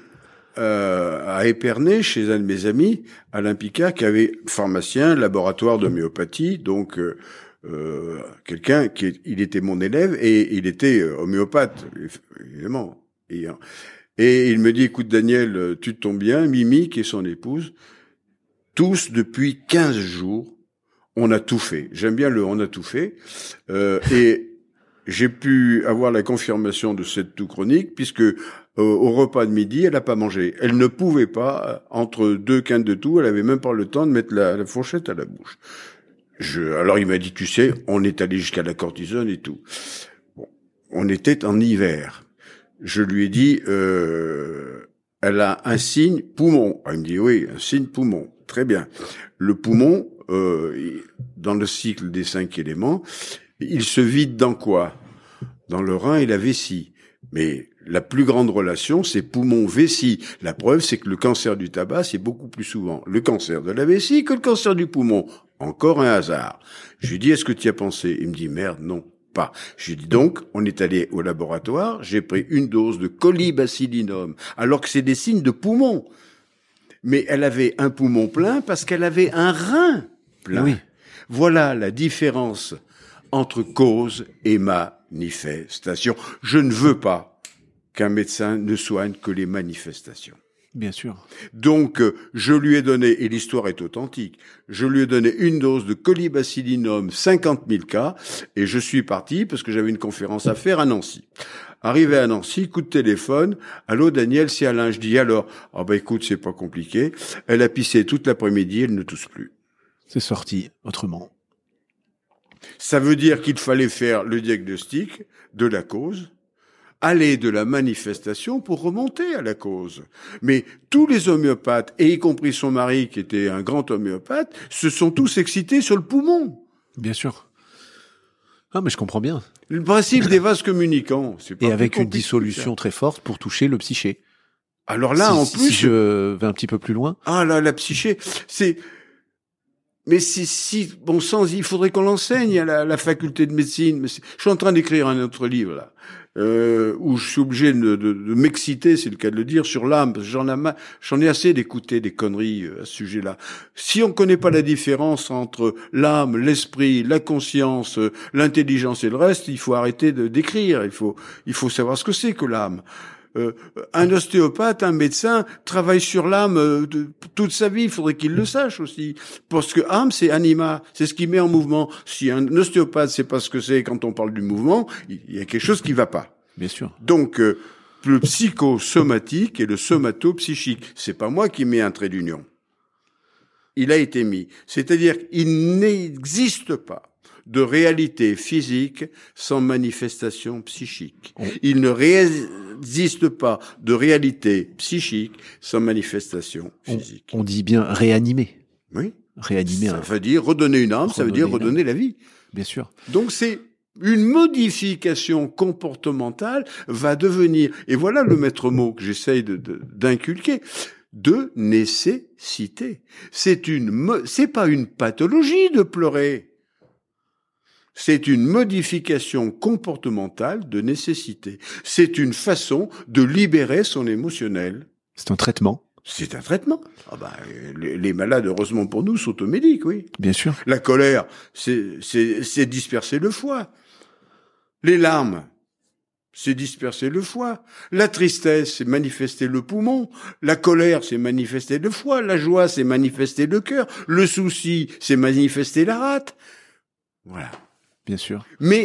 à Épernay chez un de mes amis, Alain Picard, qui avait pharmacien, laboratoire d'homéopathie, donc quelqu'un il était mon élève et il était homéopathe, évidemment. Et il me dit, écoute Daniel, tu te tombes bien, Mimi, qui est son épouse, tous depuis 15 jours, on a tout fait. J'aime bien on a tout fait. Et j'ai pu avoir la confirmation de cette toux chronique, puisque au repas de midi, elle n'a pas mangé. Elle ne pouvait pas, entre deux quintes de toux, elle avait même pas le temps de mettre la fourchette à la bouche. Alors il m'a dit, tu sais, on est allé jusqu'à la cortisone et tout. Bon, on était en hiver. Je lui ai dit, elle a un signe poumon. Elle me dit, oui, un signe poumon. Très bien. Le poumon, dans le cycle des 5 éléments, il se vide dans quoi? Dans le rein et la vessie. Mais la plus grande relation, c'est poumon-vessie. La preuve, c'est que le cancer du tabac, c'est beaucoup plus souvent le cancer de la vessie que le cancer du poumon. Encore un hasard. Je lui dis, est-ce que tu y as pensé? Il me dit, merde, non, pas. Je lui dis donc, on est allé au laboratoire, j'ai pris une dose de colibacillinum, alors que c'est des signes de poumon. Mais elle avait un poumon plein parce qu'elle avait un rein plein. Oui. Voilà la différence entre cause et manifestation. Je ne veux pas qu'un médecin ne soigne que les manifestations. Bien sûr. Donc, je lui ai donné, et l'histoire est authentique, je lui ai donné une dose de colibacillinum, 50 000 cas, et je suis parti parce que j'avais une conférence à faire à Nancy. Arrivé à Nancy, coup de téléphone, allô Daniel, c'est Alain. Je dis alors, écoute, c'est pas compliqué. Elle a pissé toute l'après-midi, elle ne tousse plus. C'est sorti autrement. Ça veut dire qu'il fallait faire le diagnostic de la cause, aller de la manifestation pour remonter à la cause. Mais tous les homéopathes, et y compris son mari qui était un grand homéopathe, se sont tous excités sur le poumon. Bien sûr. Ah, mais je comprends bien. Le principe des vases communicants, c'est pas Et avec plus une compliqué dissolution que ça. très forte pour toucher le psyché. Alors là, en plus, si je vais un petit peu plus loin. Ah là, la psyché, c'est... Mais si bon sens, il faudrait qu'on l'enseigne à la faculté de médecine. Mais je suis en train d'écrire un autre livre là, où je suis obligé de m'exciter, c'est le cas de le dire, sur l'âme. Parce que j'en ai assez d'écouter des conneries à ce sujet-là. Si on connaît pas la différence entre l'âme, l'esprit, la conscience, l'intelligence et le reste, il faut arrêter d'écrire. Il faut savoir ce que c'est que l'âme. Un ostéopathe, un médecin travaille sur l'âme toute sa vie. Il faudrait qu'il le sache aussi, parce que âme, c'est anima, c'est ce qui met en mouvement. Si un ostéopathe sait pas ce que c'est quand on parle du mouvement, il y a quelque chose qui va pas. Bien sûr. Donc le psychosomatique et le somato-psychique, c'est pas moi qui mets un trait d'union. Il a été mis, c'est-à-dire qu'il n'existe pas de réalité physique sans manifestation psychique. Il ne existe pas de réalité psychique sans manifestation physique. On dit bien réanimer. Oui. Réanimer. Ça veut dire redonner une âme, ça veut dire redonner la vie. Bien sûr. Donc c'est une modification comportementale va devenir, et voilà le maître mot que j'essaye d'inculquer, de nécessité. C'est pas une pathologie de pleurer. C'est une modification comportementale de nécessité. C'est une façon de libérer son émotionnel. C'est un traitement. C'est un traitement. Les malades, heureusement pour nous, s'automédiquent, oui. Bien sûr. La colère, c'est disperser le foie. Les larmes, c'est disperser le foie. La tristesse, c'est manifester le poumon. La colère, c'est manifester le foie. La joie, c'est manifester le cœur. Le souci, c'est manifester la rate. Voilà. Bien sûr. Mais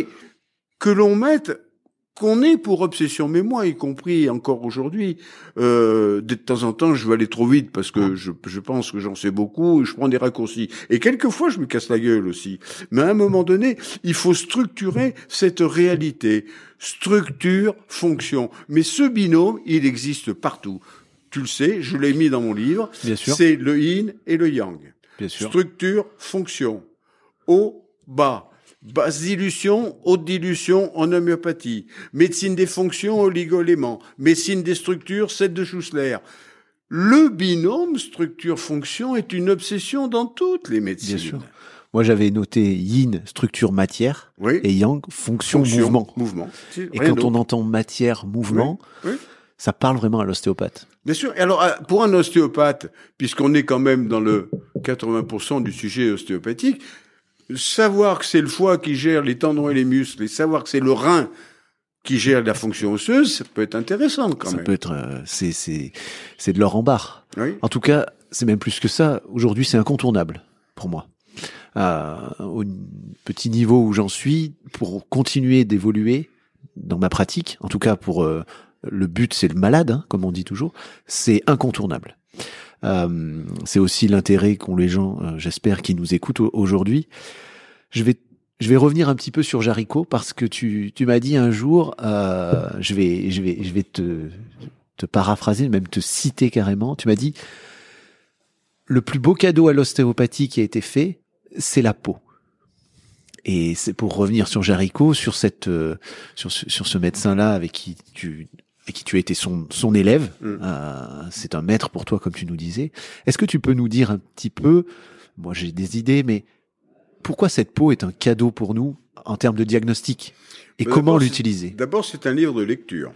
qu'on ait pour obsession, mais moi y compris encore aujourd'hui, de temps en temps je vais aller trop vite parce que je pense que j'en sais beaucoup, et je prends des raccourcis. Et quelquefois je me casse la gueule aussi. Mais à un moment donné, il faut structurer cette réalité. Structure, fonction. Mais ce binôme, il existe partout. Tu le sais, je l'ai mis dans mon livre. Bien sûr. C'est le yin et le yang. Bien sûr. Structure, fonction. Haut, bas. Basse dilution, haute dilution en homéopathie. Médecine des fonctions, oligo-éléments. Médecine des structures, 7 de Schussler. Le binôme structure-fonction est une obsession dans toutes les médecines. Bien sûr. Moi, j'avais noté yin, structure, matière, oui. Et yang, fonction, mouvement. Et quand on entend matière, mouvement, oui. Ça parle vraiment à l'ostéopathe. Bien sûr. Et alors, pour un ostéopathe, puisqu'on est quand même dans le 80% du sujet ostéopathique, savoir que c'est le foie qui gère les tendons et les muscles, et savoir que c'est le rein qui gère la fonction osseuse, ça peut être intéressant quand même. Ça peut être, c'est de l'or en barre. Oui. En tout cas, c'est même plus que ça. Aujourd'hui, c'est incontournable pour moi. Au petit niveau où j'en suis, pour continuer d'évoluer dans ma pratique, en tout cas pour le but, c'est le malade, hein, comme on dit toujours, c'est incontournable. C'est aussi l'intérêt qu'ont les gens, j'espère, qui nous écoutent aujourd'hui. Je vais revenir un petit peu sur Jaricot parce que tu m'as dit un jour, je vais te paraphraser, même te citer carrément. Tu m'as dit, le plus beau cadeau à l'ostéopathie qui a été fait, c'est la peau. Et c'est pour revenir sur Jaricot, sur ce médecin-là avec qui tu as été son élève. C'est un maître pour toi, comme tu nous disais. Est-ce que tu peux nous dire un petit peu, moi j'ai des idées, mais pourquoi cette peau est un cadeau pour nous en termes de diagnostic et comment l'utiliser? D'abord, c'est un livre de lecture.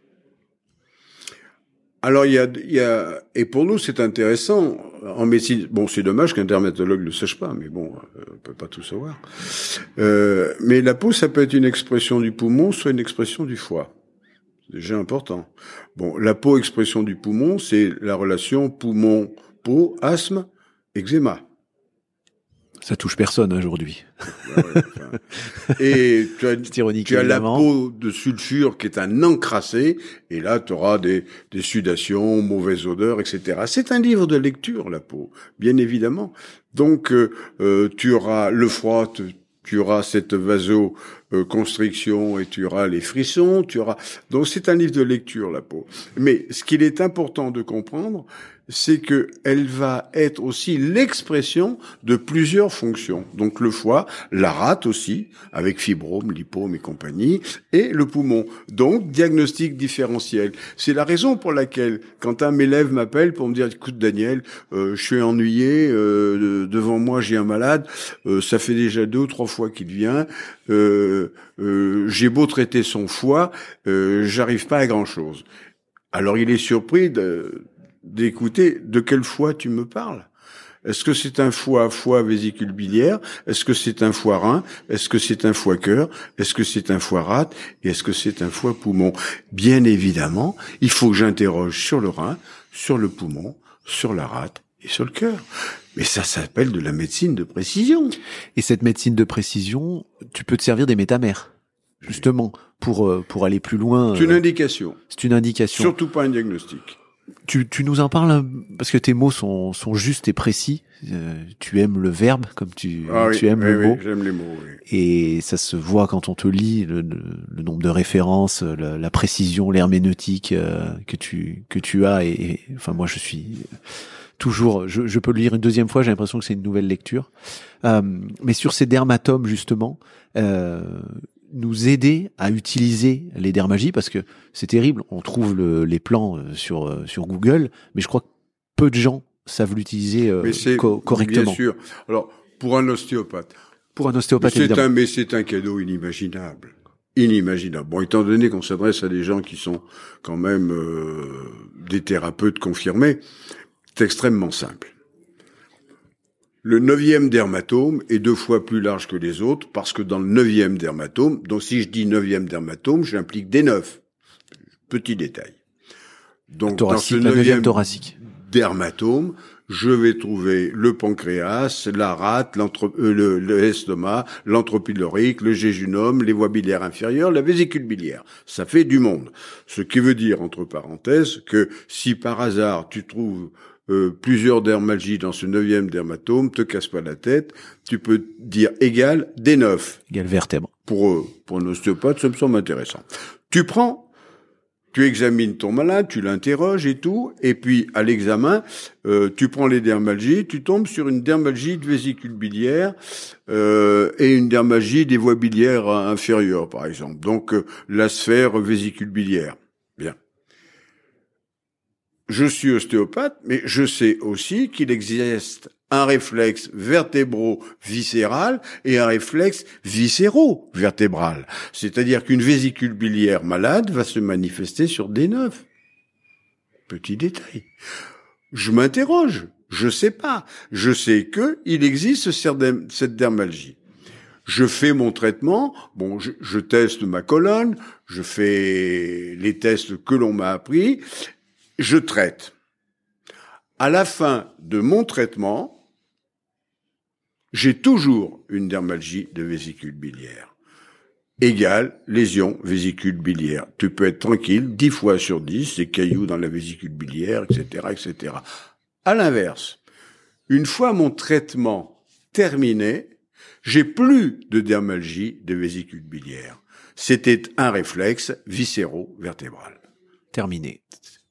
Alors il y a et pour nous c'est intéressant en médecine. Bon, c'est dommage qu'un dermatologue le sache pas, mais bon, on peut pas tout savoir. Mais la peau, ça peut être une expression du poumon, soit une expression du foie. C'est déjà important. Bon, la peau, expression du poumon, c'est la relation poumon-peau, asthme, eczéma. Ça touche personne aujourd'hui. Et tu as la évidemment. peau de sulfure qui est un encrassé, et là tu auras des sudations, mauvaise odeur, etc. C'est un livre de lecture, la peau, bien évidemment. Donc tu auras le froid, tu auras cette vasoconstriction et tu auras les frissons, donc c'est un livre de lecture, la peau. Mais ce qu'il est important de comprendre, c'est que elle va être aussi l'expression de plusieurs fonctions. Donc le foie, la rate aussi, avec fibrome, lipome et compagnie, et le poumon. Donc diagnostic différentiel. C'est la raison pour laquelle, quand un élève m'appelle pour me dire, écoute Daniel, je suis ennuyé, devant moi j'ai un malade, ça fait déjà 2 ou 3 fois qu'il vient, j'ai beau traiter son foie, j'arrive pas à grand chose. Alors il est surpris d'écouter de quel foie tu me parles. Est-ce que c'est un foie vésicule biliaire? Est-ce que c'est un foie rein? Est-ce que c'est un foie cœur? Est-ce que c'est un foie rate? Et est-ce que c'est un foie poumon? Bien évidemment, il faut que j'interroge sur le rein, sur le poumon, sur la rate et sur le cœur. Mais ça s'appelle de la médecine de précision. Et cette médecine de précision, tu peux te servir des métamères, justement, pour aller plus loin. C'est une indication. C'est une indication. Surtout pas un diagnostic. Tu nous en parles parce que tes mots sont justes et précis. Tu aimes le verbe comme tu aimes le mot. Oui, j'aime les mots. Oui. Et ça se voit quand on te lit le nombre de références, la précision, l'herméneutique que tu as. Et enfin moi je suis toujours, je peux le lire une deuxième fois. J'ai l'impression que c'est une nouvelle lecture. Mais sur ces dermatomes justement. Nous aider à utiliser les dermagies parce que c'est terrible, on trouve les plans sur Google, mais je crois que peu de gens savent l'utiliser correctement. Bien sûr. Alors, pour un ostéopathe, évidemment. Mais c'est un cadeau inimaginable. Inimaginable. Bon, étant donné qu'on s'adresse à des gens qui sont quand même des thérapeutes confirmés, c'est extrêmement simple. Le 9e dermatome est 2 fois plus large que les autres parce que dans le 9e dermatome, donc si je dis 9e dermatome, j'implique des 9. Petit détail. Donc dans ce 9e dermatome, je vais trouver le pancréas, la rate, l'estomac, l'entre pylorique, le jéjunum, les voies biliaires inférieures, la vésicule biliaire. Ça fait du monde. Ce qui veut dire, entre parenthèses, que si par hasard tu trouves plusieurs dermalgies dans ce 9e dermatome, te casse pas la tête, tu peux dire égal des 9. Égal vertèbre. Pour un ostéopathe, ça me semble intéressant. Tu examines ton malade, tu l'interroges et tout, et puis à l'examen, tu prends les dermalgies, tu tombes sur une dermalgie de vésicule biliaire et une dermalgie des voies biliaires inférieures, par exemple. Donc la sphère vésicule biliaire. Bien. Je suis ostéopathe, mais je sais aussi qu'il existe un réflexe vertébro-viscéral et un réflexe viscéro-vertébral. C'est-à-dire qu'une vésicule biliaire malade va se manifester sur des 9. Petit détail. Je m'interroge. Je sais pas. Je sais que il existe cette dermalgie. Je fais mon traitement, bon, je teste ma colonne, je fais les tests que l'on m'a appris, je traite. À la fin de mon traitement, j'ai toujours une dermalgie de vésicule biliaire. Égale lésion vésicule biliaire. Tu peux être tranquille, 10 fois sur 10, des cailloux dans la vésicule biliaire, etc., etc. À l'inverse, une fois mon traitement terminé, j'ai plus de dermalgie de vésicule biliaire. C'était un réflexe viscéro-vertébral. Terminé.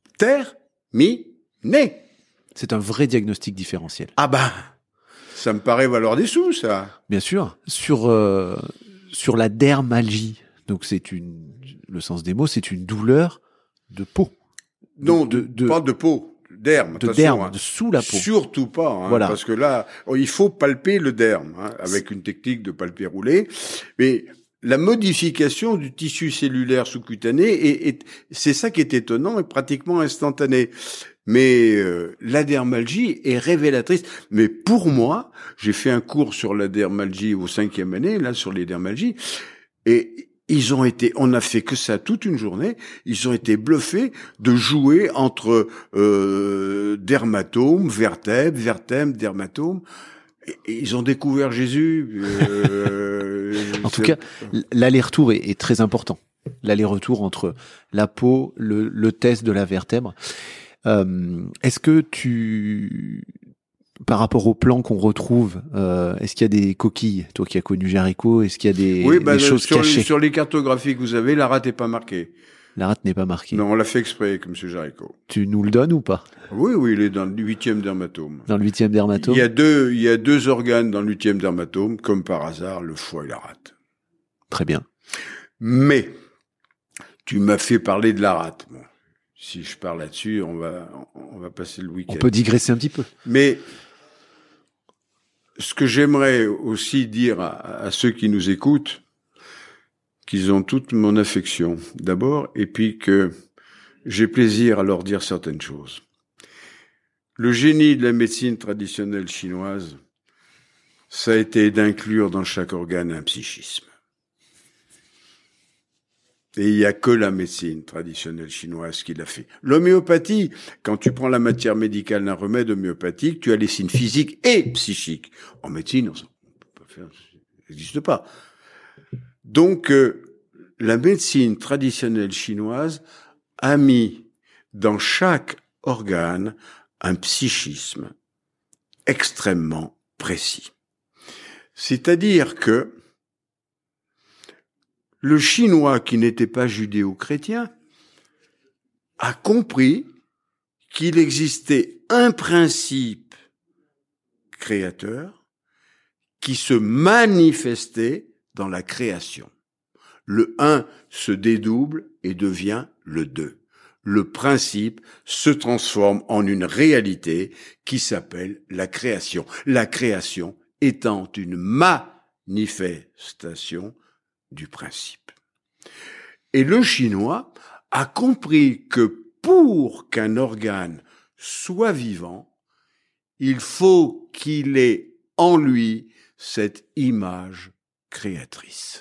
Terminé. C'est un vrai diagnostic différentiel. Ah ben, ça me paraît valoir des sous, ça. Bien sûr. Sur la dermalgie, donc le sens des mots, c'est une douleur de peau. Non, pas de peau. Derme, de derme, de sous la peau. Surtout pas, hein, voilà. Parce que là, il faut palper le derme, hein, avec une technique de palpé roulé. Mais la modification du tissu cellulaire sous-cutané, c'est ça qui est étonnant et pratiquement instantané. Mais la dermalgie est révélatrice. Mais pour moi, j'ai fait un cours sur la dermalgie au 5e année, là, sur les dermalgies, et on a fait que ça toute une journée, ils ont été bluffés de jouer entre dermatome, vertèbre, dermatome. Et ils ont découvert Jésus. En tout cas, l'aller-retour est très important. L'aller-retour entre la peau, le test de la vertèbre. Est-ce que par rapport au plan qu'on retrouve, est-ce qu'il y a des coquilles, toi qui as connu Géricault, est-ce qu'il y a des choses cachées? Sur les cartographies que vous avez, la rate n'est pas marquée. La rate n'est pas marquée. Non, on l'a fait exprès avec M. Géricault. Tu nous le donnes ou pas? Oui, il est dans le 8e dermatome. Dans le 8e dermatome? Il y a deux organes dans le 8e dermatome, comme par hasard, le foie et la rate. Très bien. Mais, tu m'as fait parler de la rate. Bon, si je parle là-dessus, on va passer le week-end. On peut digresser un petit peu. Mais, ce que j'aimerais aussi dire à ceux qui nous écoutent, qu'ils ont toute mon affection, d'abord, et puis que j'ai plaisir à leur dire certaines choses. Le génie de la médecine traditionnelle chinoise, ça a été d'inclure dans chaque organe un psychisme. Et il n'y a que la médecine traditionnelle chinoise qui l'a fait. L'homéopathie, quand tu prends la matière médicale d'un remède homéopathique, tu as les signes physiques et psychiques. En médecine, on peut pas faire, ça n'existe pas. Donc, la médecine traditionnelle chinoise a mis dans chaque organe un psychisme extrêmement précis. C'est-à-dire que le Chinois, qui n'était pas judéo-chrétien, a compris qu'il existait un principe créateur qui se manifestait dans la création. Le 1 se dédouble et devient le 2. Le principe se transforme en une réalité qui s'appelle la création. La création étant une manifestation du principe. Et le Chinois a compris que pour qu'un organe soit vivant, il faut qu'il ait en lui cette image créatrice.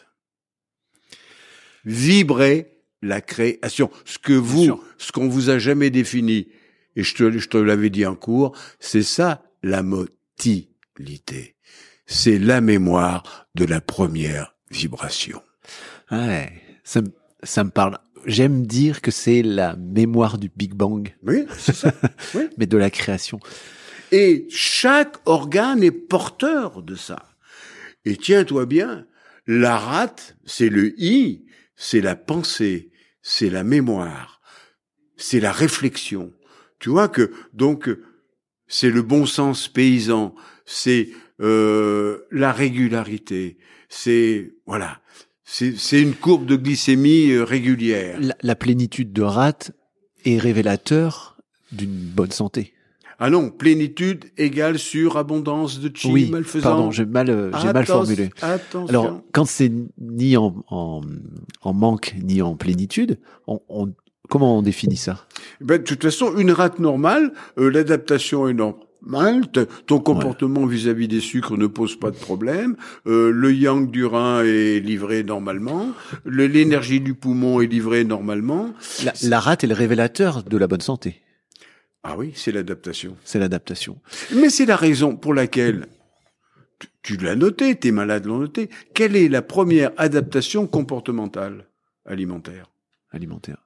Vibrer la création. Ce qu'on vous a jamais défini, et je te l'avais dit en cours, c'est ça la motilité. C'est la mémoire de la première vibration. Ouais, ça me parle. J'aime dire que c'est la mémoire du Big Bang. Oui, c'est ça. Oui. Mais de la création. Et chaque organe est porteur de ça. Et tiens-toi bien, la rate, c'est le I, c'est la pensée, c'est la mémoire, c'est la réflexion. Tu vois que, donc, c'est le bon sens paysan, c'est la régularité, c'est, voilà, c'est une courbe de glycémie régulière. La plénitude de rate est révélateur d'une bonne santé. Ah non, plénitude égale surabondance de chi, oui, malfaisant. Pardon, j'ai mal formulé. Attention. Alors, quand c'est ni en manque ni en plénitude, comment on définit ça? Ben, de toute façon, une rate normale, l'adaptation est normale. Ton comportement vis-à-vis des sucres ne pose pas de problème. Le yang du rein est livré normalement. L'énergie du poumon est livrée normalement. La rate est le révélateur de la bonne santé. Ah oui, c'est l'adaptation. C'est l'adaptation. Mais c'est la raison pour laquelle, tu l'as noté, tes malades l'ont noté, quelle est la première adaptation comportementale alimentaire? Alimentaire.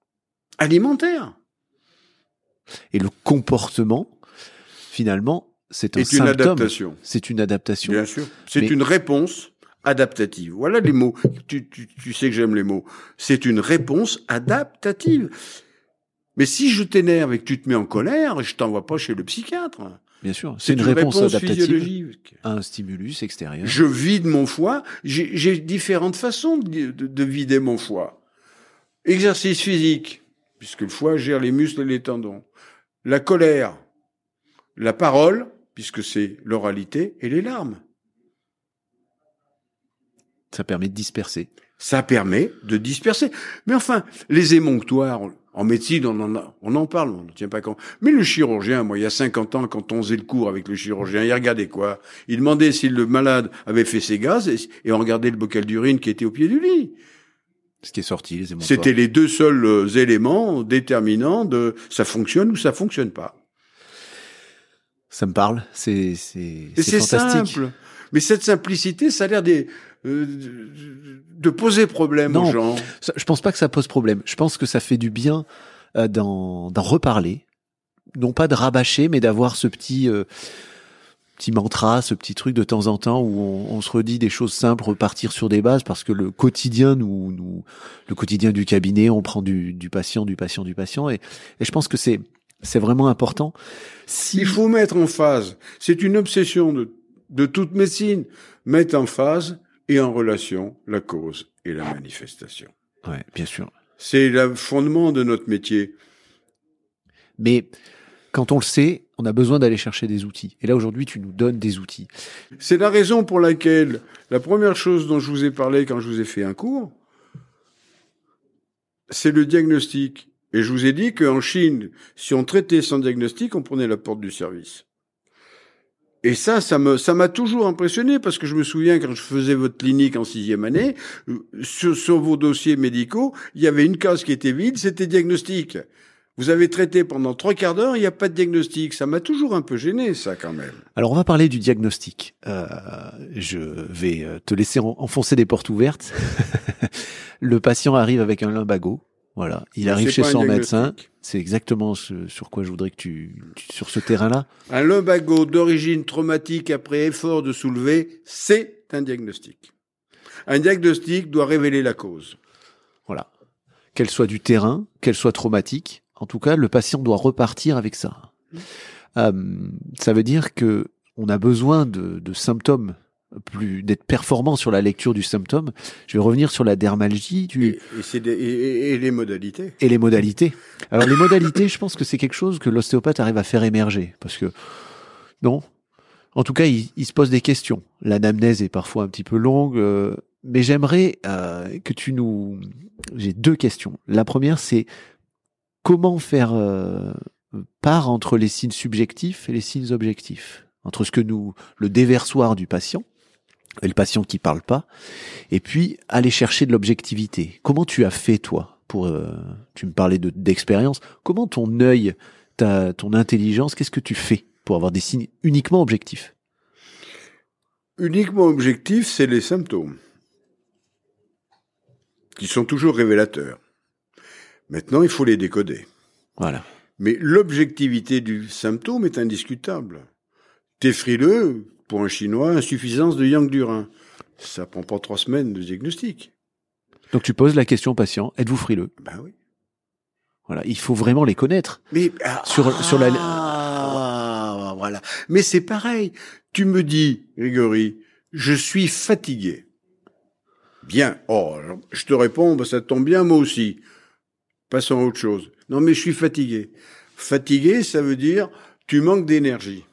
Et le comportement, finalement, c'est un symptôme. Une adaptation. C'est une adaptation. Bien sûr. C'est une réponse adaptative. Voilà les mots. Tu sais que j'aime les mots. C'est une réponse adaptative. Mais si je t'énerve et que tu te mets en colère, je t'envoie pas chez le psychiatre. Bien sûr. C'est une réponse adaptative physiologique à un stimulus extérieur. Je vide mon foie. J'ai différentes façons de vider mon foie. Exercice physique, puisque le foie gère les muscles et les tendons. La colère. La parole, puisque c'est l'oralité, et les larmes. Ça permet de disperser. Ça permet de disperser. Mais enfin, les émonctoires, en médecine, on en parle, on ne tient pas compte. Mais le chirurgien, moi, il y a 50 ans, quand on faisait le cours avec le chirurgien, il regardait quoi? Il demandait si le malade avait fait ses gaz, et on regardait le bocal d'urine qui était au pied du lit. Ce qui est sorti, les émonctoires. C'était les deux seuls éléments déterminants de ça fonctionne ou ça fonctionne pas. Ça me parle, c'est fantastique. Simple. Mais cette simplicité, ça a l'air de poser problème aux gens. Je pense pas que ça pose problème. Je pense que ça fait du bien d'en reparler. Non pas de rabâcher, mais d'avoir ce petit mantra, ce petit truc de temps en temps où on se redit des choses simples, repartir sur des bases, parce que le quotidien le quotidien du cabinet, on prend du patient, et je pense que c'est vraiment important. Il faut mettre en phase. C'est une obsession de toute médecine. Mettre en phase et en relation la cause et la manifestation. Ouais, bien sûr. C'est le fondement de notre métier. Mais quand on le sait, on a besoin d'aller chercher des outils. Et là, aujourd'hui, tu nous donnes des outils. C'est la raison pour laquelle la première chose dont je vous ai parlé quand je vous ai fait un cours, c'est le diagnostic. Et je vous ai dit qu'en Chine, si on traitait sans diagnostic, on prenait la porte du service. Et ça m'a toujours impressionné, parce que je me souviens quand je faisais votre clinique en 6e année, sur vos dossiers médicaux, il y avait une case qui était vide, c'était diagnostic. Vous avez traité pendant 3/4 d'heure, il n'y a pas de diagnostic. Ça m'a toujours un peu gêné, ça, quand même. Alors, on va parler du diagnostic. Je vais te laisser enfoncer des portes ouvertes. Le patient arrive avec un lumbago. Voilà. Il Mais arrive c'est chez pas un son médecin. diagnostic. C'est exactement sur quoi je voudrais que sur ce terrain-là. Un lumbago d'origine traumatique après effort de soulever, c'est un diagnostic. Un diagnostic doit révéler la cause. Voilà. Qu'elle soit du terrain, qu'elle soit traumatique. En tout cas, le patient doit repartir avec ça. Ça veut dire que on a besoin de symptômes, d'être performant sur la lecture du symptôme. Je vais revenir sur la dermalgie Et les modalités. et les modalités. Alors les modalités, je pense que c'est quelque chose que l'ostéopathe arrive à faire émerger, parce que non. En tout cas, il se pose des questions. L'anamnèse est parfois un petit peu longue, mais j'aimerais que J'ai 2 questions. La première, c'est comment faire part entre les signes subjectifs et les signes objectifs, entre le déversoir du patient et le patient qui parle pas, et puis aller chercher de l'objectivité. Comment tu as fait toi tu me parlais d'expérience. Comment ton œil, ton intelligence, qu'est-ce que tu fais pour avoir des signes uniquement objectifs? Uniquement objectif, c'est les symptômes, qui sont toujours révélateurs. Maintenant, il faut les décoder. Voilà. Mais l'objectivité du symptôme est indiscutable. T'es frileux, pour un Chinois, insuffisance de yang du rein. Ça prend pas 3 semaines de diagnostic. Donc tu poses la question au patient, êtes-vous frileux? Ben oui. Voilà, il faut vraiment les connaître. Mais voilà. Mais c'est pareil. Tu me dis, Grégory, je suis fatigué. Bien. Oh, alors, je te réponds, bah, ça tombe bien, moi aussi. Passons à autre chose. Non, mais je suis fatigué. Fatigué, ça veut dire tu manques d'énergie.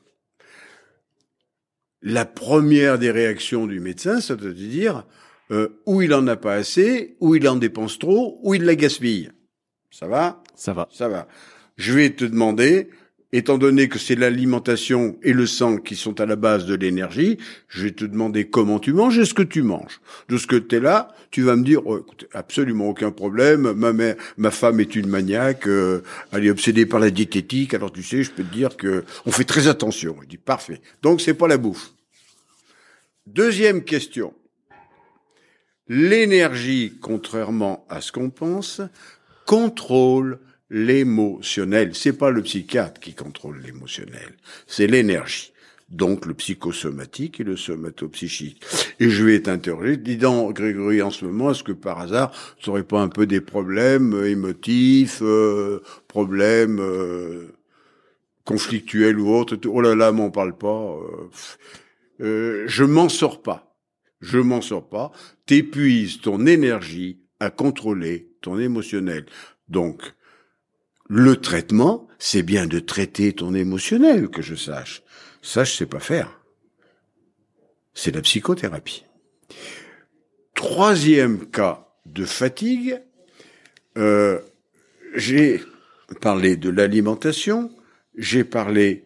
La première des réactions du médecin, ça doit te dire ou il en a pas assez, ou il en dépense trop, ou il la gaspille. Ça va? Ça va. Ça va. Je vais te demander, étant donné que c'est l'alimentation et le sang qui sont à la base de l'énergie, je vais te demander comment tu manges et ce que tu manges. De ce que t'es là, tu vas me dire, oh, écoute, absolument aucun problème, ma femme est une maniaque, elle est obsédée par la diététique, alors tu sais, je peux te dire que on fait très attention. Je dis, parfait. Donc c'est pas la bouffe. Deuxième question. L'énergie, contrairement à ce qu'on pense, contrôle l'émotionnel. C'est pas le psychiatre qui contrôle l'émotionnel, c'est l'énergie. Donc le psychosomatique et le somatopsychique. Et je vais t'interroger, dis donc Grégory, en ce moment, est-ce que par hasard, tu n'aurais pas un peu des problèmes émotifs, problèmes conflictuels ou autres? Oh là là, m'en parle pas. Je m'en sors pas. Je m'en sors pas. T'épuises ton énergie à contrôler ton émotionnel. Donc, le traitement, c'est bien de traiter ton émotionnel, que je sache. Ça, je sais pas faire. C'est la psychothérapie. Troisième cas de fatigue, j'ai parlé de l'alimentation, j'ai parlé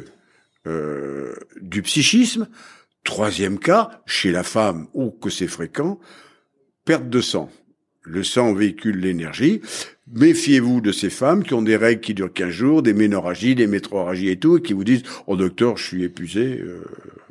du psychisme. Troisième cas, chez la femme, ou que c'est fréquent, perte de sang. Le sang véhicule l'énergie. Méfiez-vous de ces femmes qui ont des règles qui durent 15 jours, des ménorragies, des métroragies et tout, et qui vous disent « Oh docteur, je suis épuisé. Rien. »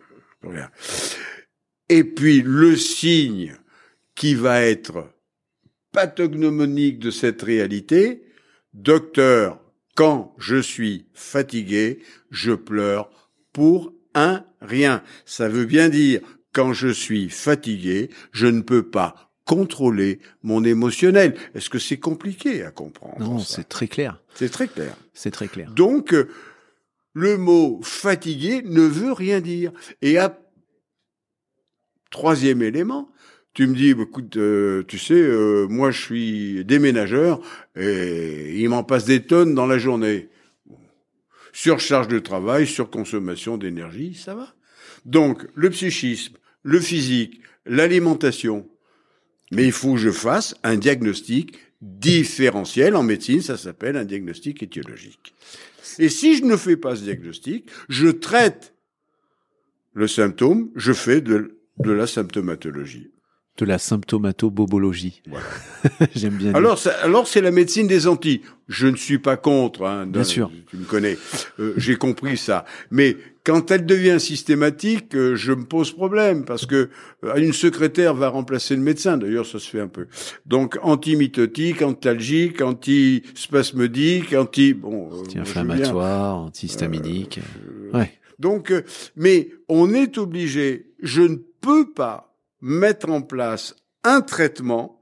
Et puis, le signe qui va être pathognomonique de cette réalité, « Docteur, quand je suis fatigué, je pleure pour un rien. » Ça veut bien dire, quand je suis fatigué, je ne peux pas contrôler mon émotionnel. Est-ce que c'est compliqué à comprendre? Non, ça? c'est très clair. C'est très clair. C'est très clair. Donc, le mot fatigué ne veut rien dire. Et troisième élément, tu me dis, écoute, tu sais, moi je suis déménageur et il m'en passe des tonnes dans la journée. Surcharge de travail, surconsommation d'énergie, ça va. Donc, le psychisme, le physique, l'alimentation. Mais il faut que je fasse un diagnostic différentiel. En médecine, ça s'appelle un diagnostic étiologique. Et si je ne fais pas ce diagnostic, je traite le symptôme, je fais de la symptomatologie. De la symptomatobobologie. Voilà. J'aime bien. Alors c'est la médecine des Antilles. Je ne suis pas contre. Bien sûr. Tu me connais. J'ai compris ça. Mais quand elle devient systématique, je me pose problème parce que une secrétaire va remplacer le médecin. D'ailleurs, ça se fait un peu. Donc antimitotique, antalgique, antispasmodique, anti-inflammatoire, antihistaminique. Ouais. Donc, mais on est obligé. Je ne peux pas mettre en place un traitement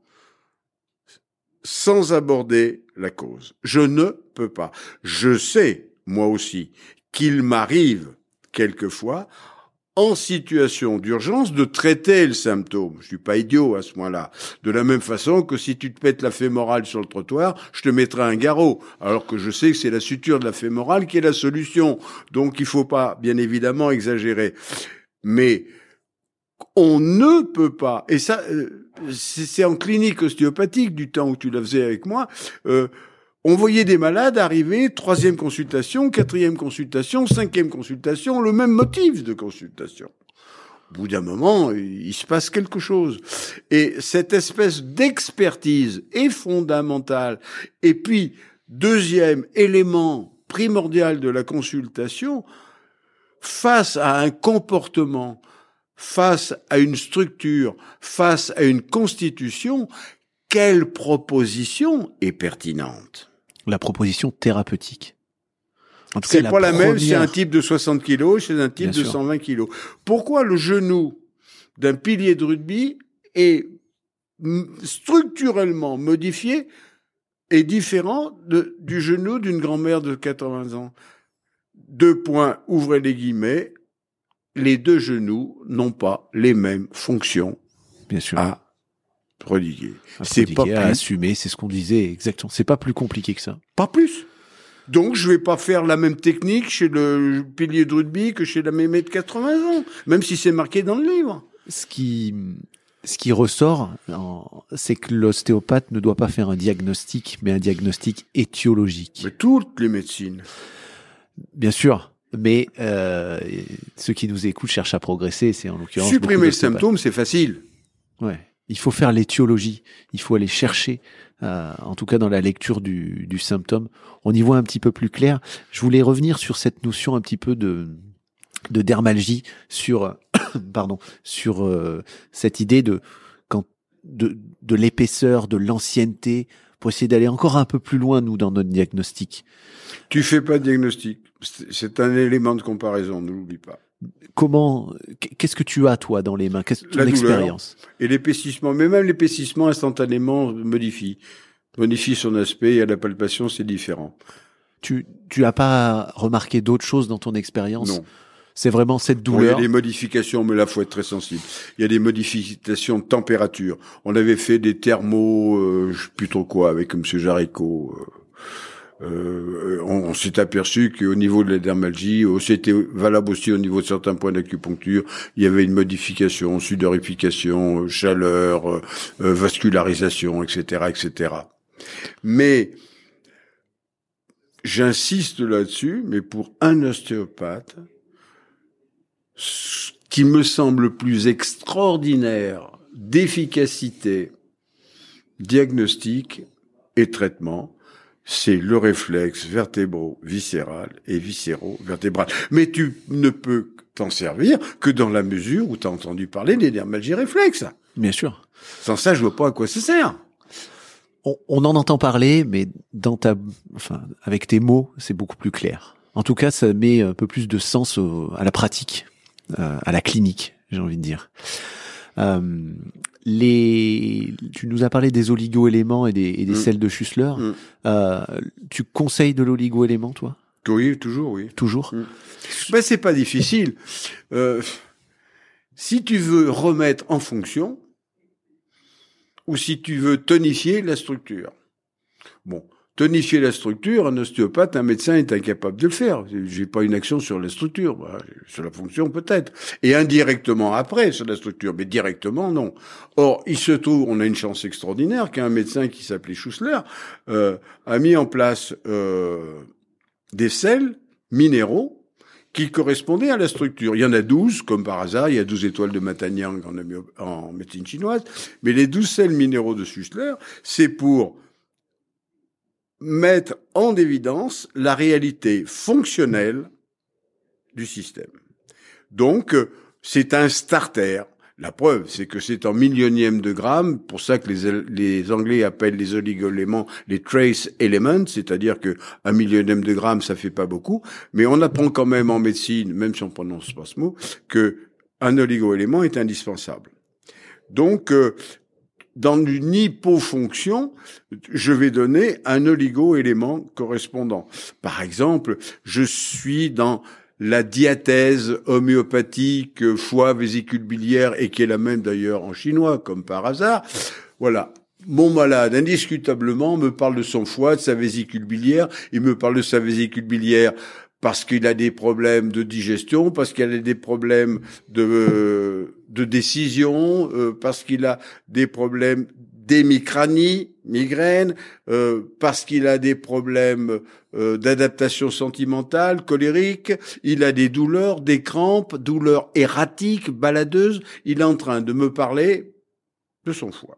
sans aborder la cause. Je ne peux pas. Je sais, moi aussi, qu'il m'arrive quelquefois, en situation d'urgence, de traiter le symptôme. Je suis pas idiot à ce moment-là. De la même façon que si tu te pètes la fémorale sur le trottoir, je te mettrai un garrot. Alors que je sais que c'est la suture de la fémorale qui est la solution. Donc il faut pas, bien évidemment, exagérer. Mais on ne peut pas, et ça, c'est en clinique ostéopathique du temps où tu la faisais avec moi, on voyait des malades arriver, 3e consultation, 4e consultation, 5e consultation, le même motif de consultation. Au bout d'un moment, il se passe quelque chose. Et cette espèce d'expertise est fondamentale. Et puis, deuxième élément primordial de la consultation, face à un comportement, face à une structure, face à une constitution, quelle proposition est pertinente? La proposition thérapeutique. En tout c'est cas, pas la même chez un type de 60 kilos, chez un type de 120 kilos. Pourquoi le genou d'un pilier de rugby est structurellement modifié et différent du genou d'une grand-mère de 80 ans? 2 points, ouvrez les guillemets, les deux genoux n'ont pas les mêmes fonctions. Bien sûr. À prodiguer. C'est pas plus... à assumer, c'est ce qu'on disait exactement. C'est pas plus compliqué que ça. Pas plus. Donc je vais pas faire la même technique chez le pilier de rugby que chez la mémé de 80 ans, même si c'est marqué dans le livre. Ce qui ressort, c'est que l'ostéopathe ne doit pas faire un diagnostic, mais un diagnostic étiologique. Mais toutes les médecines. Bien sûr. Mais ceux qui nous écoutent cherchent à progresser. C'est en l'occurrence supprimer le symptôme, c'est facile. Ouais. Il faut faire l'étiologie. Il faut aller chercher, en tout cas dans la lecture du symptôme. On y voit un petit peu plus clair. Je voulais revenir sur cette notion un petit peu de dermalgie, sur cette idée de l'épaisseur, de l'ancienneté, pour essayer d'aller encore un peu plus loin, nous, dans notre diagnostic. Tu fais pas de diagnostic. C'est un élément de comparaison, ne l'oublie pas. Qu'est-ce que tu as, toi, dans les mains? Qu'est-ce que ton expérience? Et l'épaississement, mais même l'épaississement instantanément modifie son aspect, et à la palpation, c'est différent. Tu as pas remarqué d'autres choses dans ton expérience? Non. C'est vraiment cette douleur. Bon, il y a des modifications, mais là, faut être très sensible. Il y a des modifications de température. On avait fait des thermos, je sais plus trop quoi, avec M. Jaricot. On s'est aperçu qu'au niveau de la dermalgie, c'était valable aussi au niveau de certains points d'acupuncture, il y avait une modification, sudorification, chaleur, vascularisation, etc., etc. Mais j'insiste là-dessus, mais pour un ostéopathe, ce qui me semble plus extraordinaire d'efficacité diagnostique et traitement, c'est le réflexe vertébro-viscéral et viscéro-vertébral. Mais tu ne peux t'en servir que dans la mesure où tu as entendu parler des dermalgies réflexes. Bien sûr. Sans ça, je vois pas à quoi ça sert. On en entend parler, mais avec tes mots, c'est beaucoup plus clair. En tout cas, ça met un peu plus de sens à la pratique, à la clinique, j'ai envie de dire. Tu nous as parlé des oligo-éléments et des sels de Schussler. Tu conseilles de l'oligo-élément, toi? Oui, toujours, oui. Toujours? Ben, c'est pas difficile. Si tu veux remettre en fonction, ou si tu veux tonifier la structure. Bon, tonifier la structure, un ostéopathe, un médecin est incapable de le faire. J'ai pas une action sur la structure, sur la fonction peut-être, et indirectement après sur la structure, mais directement non. Or, il se trouve, on a une chance extraordinaire qu'un médecin qui s'appelait Schussler a mis en place des sels minéraux qui correspondaient à la structure. Il y en a 12, comme par hasard, il y a 12 étoiles de Matanyang en médecine chinoise, mais les 12 sels minéraux de Schussler, c'est pour mettre en évidence la réalité fonctionnelle du système. Donc, c'est un starter. La preuve, c'est que c'est en millionième de gramme, pour ça que les Anglais appellent les oligo-éléments les trace elements, c'est-à-dire que 1 millionième de gramme, ça fait pas beaucoup, mais on apprend quand même en médecine, même si on prononce pas ce mot, que un oligo-élément est indispensable. Donc, dans une hypofonction, je vais donner un oligo-élément correspondant. Par exemple, je suis dans la diathèse homéopathique foie vésicule biliaire, et qui est la même d'ailleurs en chinois, comme par hasard. Voilà. Mon malade, indiscutablement, me parle de son foie, de sa vésicule biliaire. Il me parle de sa vésicule biliaire parce qu'il a des problèmes de digestion, parce qu'il a des problèmes de décision, parce qu'il a des problèmes d'hémicranie, migraine, parce qu'il a des problèmes d'adaptation sentimentale, colérique, il a des douleurs, des crampes, douleurs erratiques, baladeuses. Il est en train de me parler de son foie.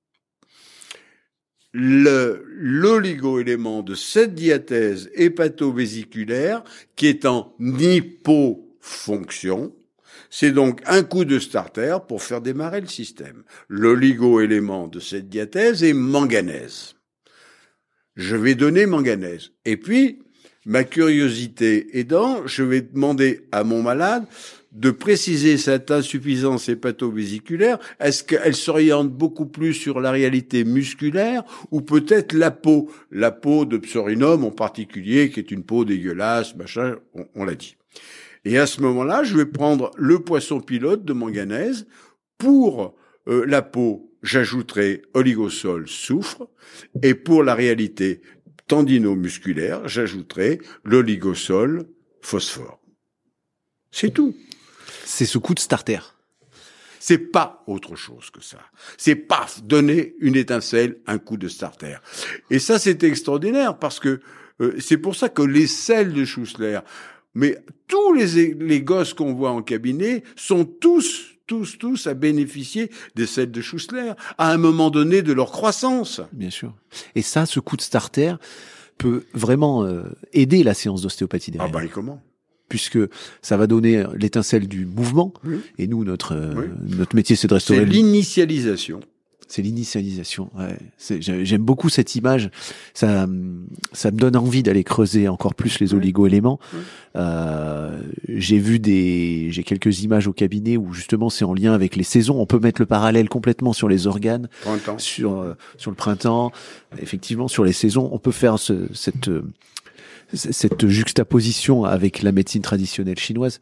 L'oligo-élément de cette diathèse hépato-vésiculaire, qui est en hypofonction, c'est donc un coup de starter pour faire démarrer le système. L'oligo-élément de cette diathèse est manganèse. Je vais donner manganèse. Et puis, ma curiosité aidant, je vais demander à mon malade de préciser cette insuffisance hépato-vésiculaire. Est-ce qu'elle s'oriente beaucoup plus sur la réalité musculaire ou peut-être la peau de psorinome en particulier, qui est une peau dégueulasse, machin, on l'a dit. Et à ce moment-là, je vais prendre le poisson pilote de manganèse. Pour la peau, j'ajouterai oligosol soufre. Et pour la réalité tendino-musculaire, j'ajouterai l'oligosol phosphore. C'est tout. C'est ce coup de starter. C'est pas autre chose que ça. C'est paf, donner une étincelle, un coup de starter. Et ça, c'est extraordinaire parce que c'est pour ça que les sels de Schussler, mais tous les gosses qu'on voit en cabinet sont tous à bénéficier des sels de Schussler à un moment donné de leur croissance. Bien sûr. Et ça, ce coup de starter peut vraiment aider la séance d'ostéopathie derrière. Ah ben, et comment ? Puisque ça va donner l'étincelle du mouvement. Oui. Et nous, notre métier, c'est de restaurer... C'est l'initialisation. C'est l'initialisation. Ouais. J'aime beaucoup cette image. Ça me donne envie d'aller creuser encore plus les oligo-éléments. J'ai quelques images au cabinet où justement c'est en lien avec les saisons. On peut mettre le parallèle complètement sur les organes, sur le printemps. Effectivement, sur les saisons, on peut faire cette juxtaposition avec la médecine traditionnelle chinoise.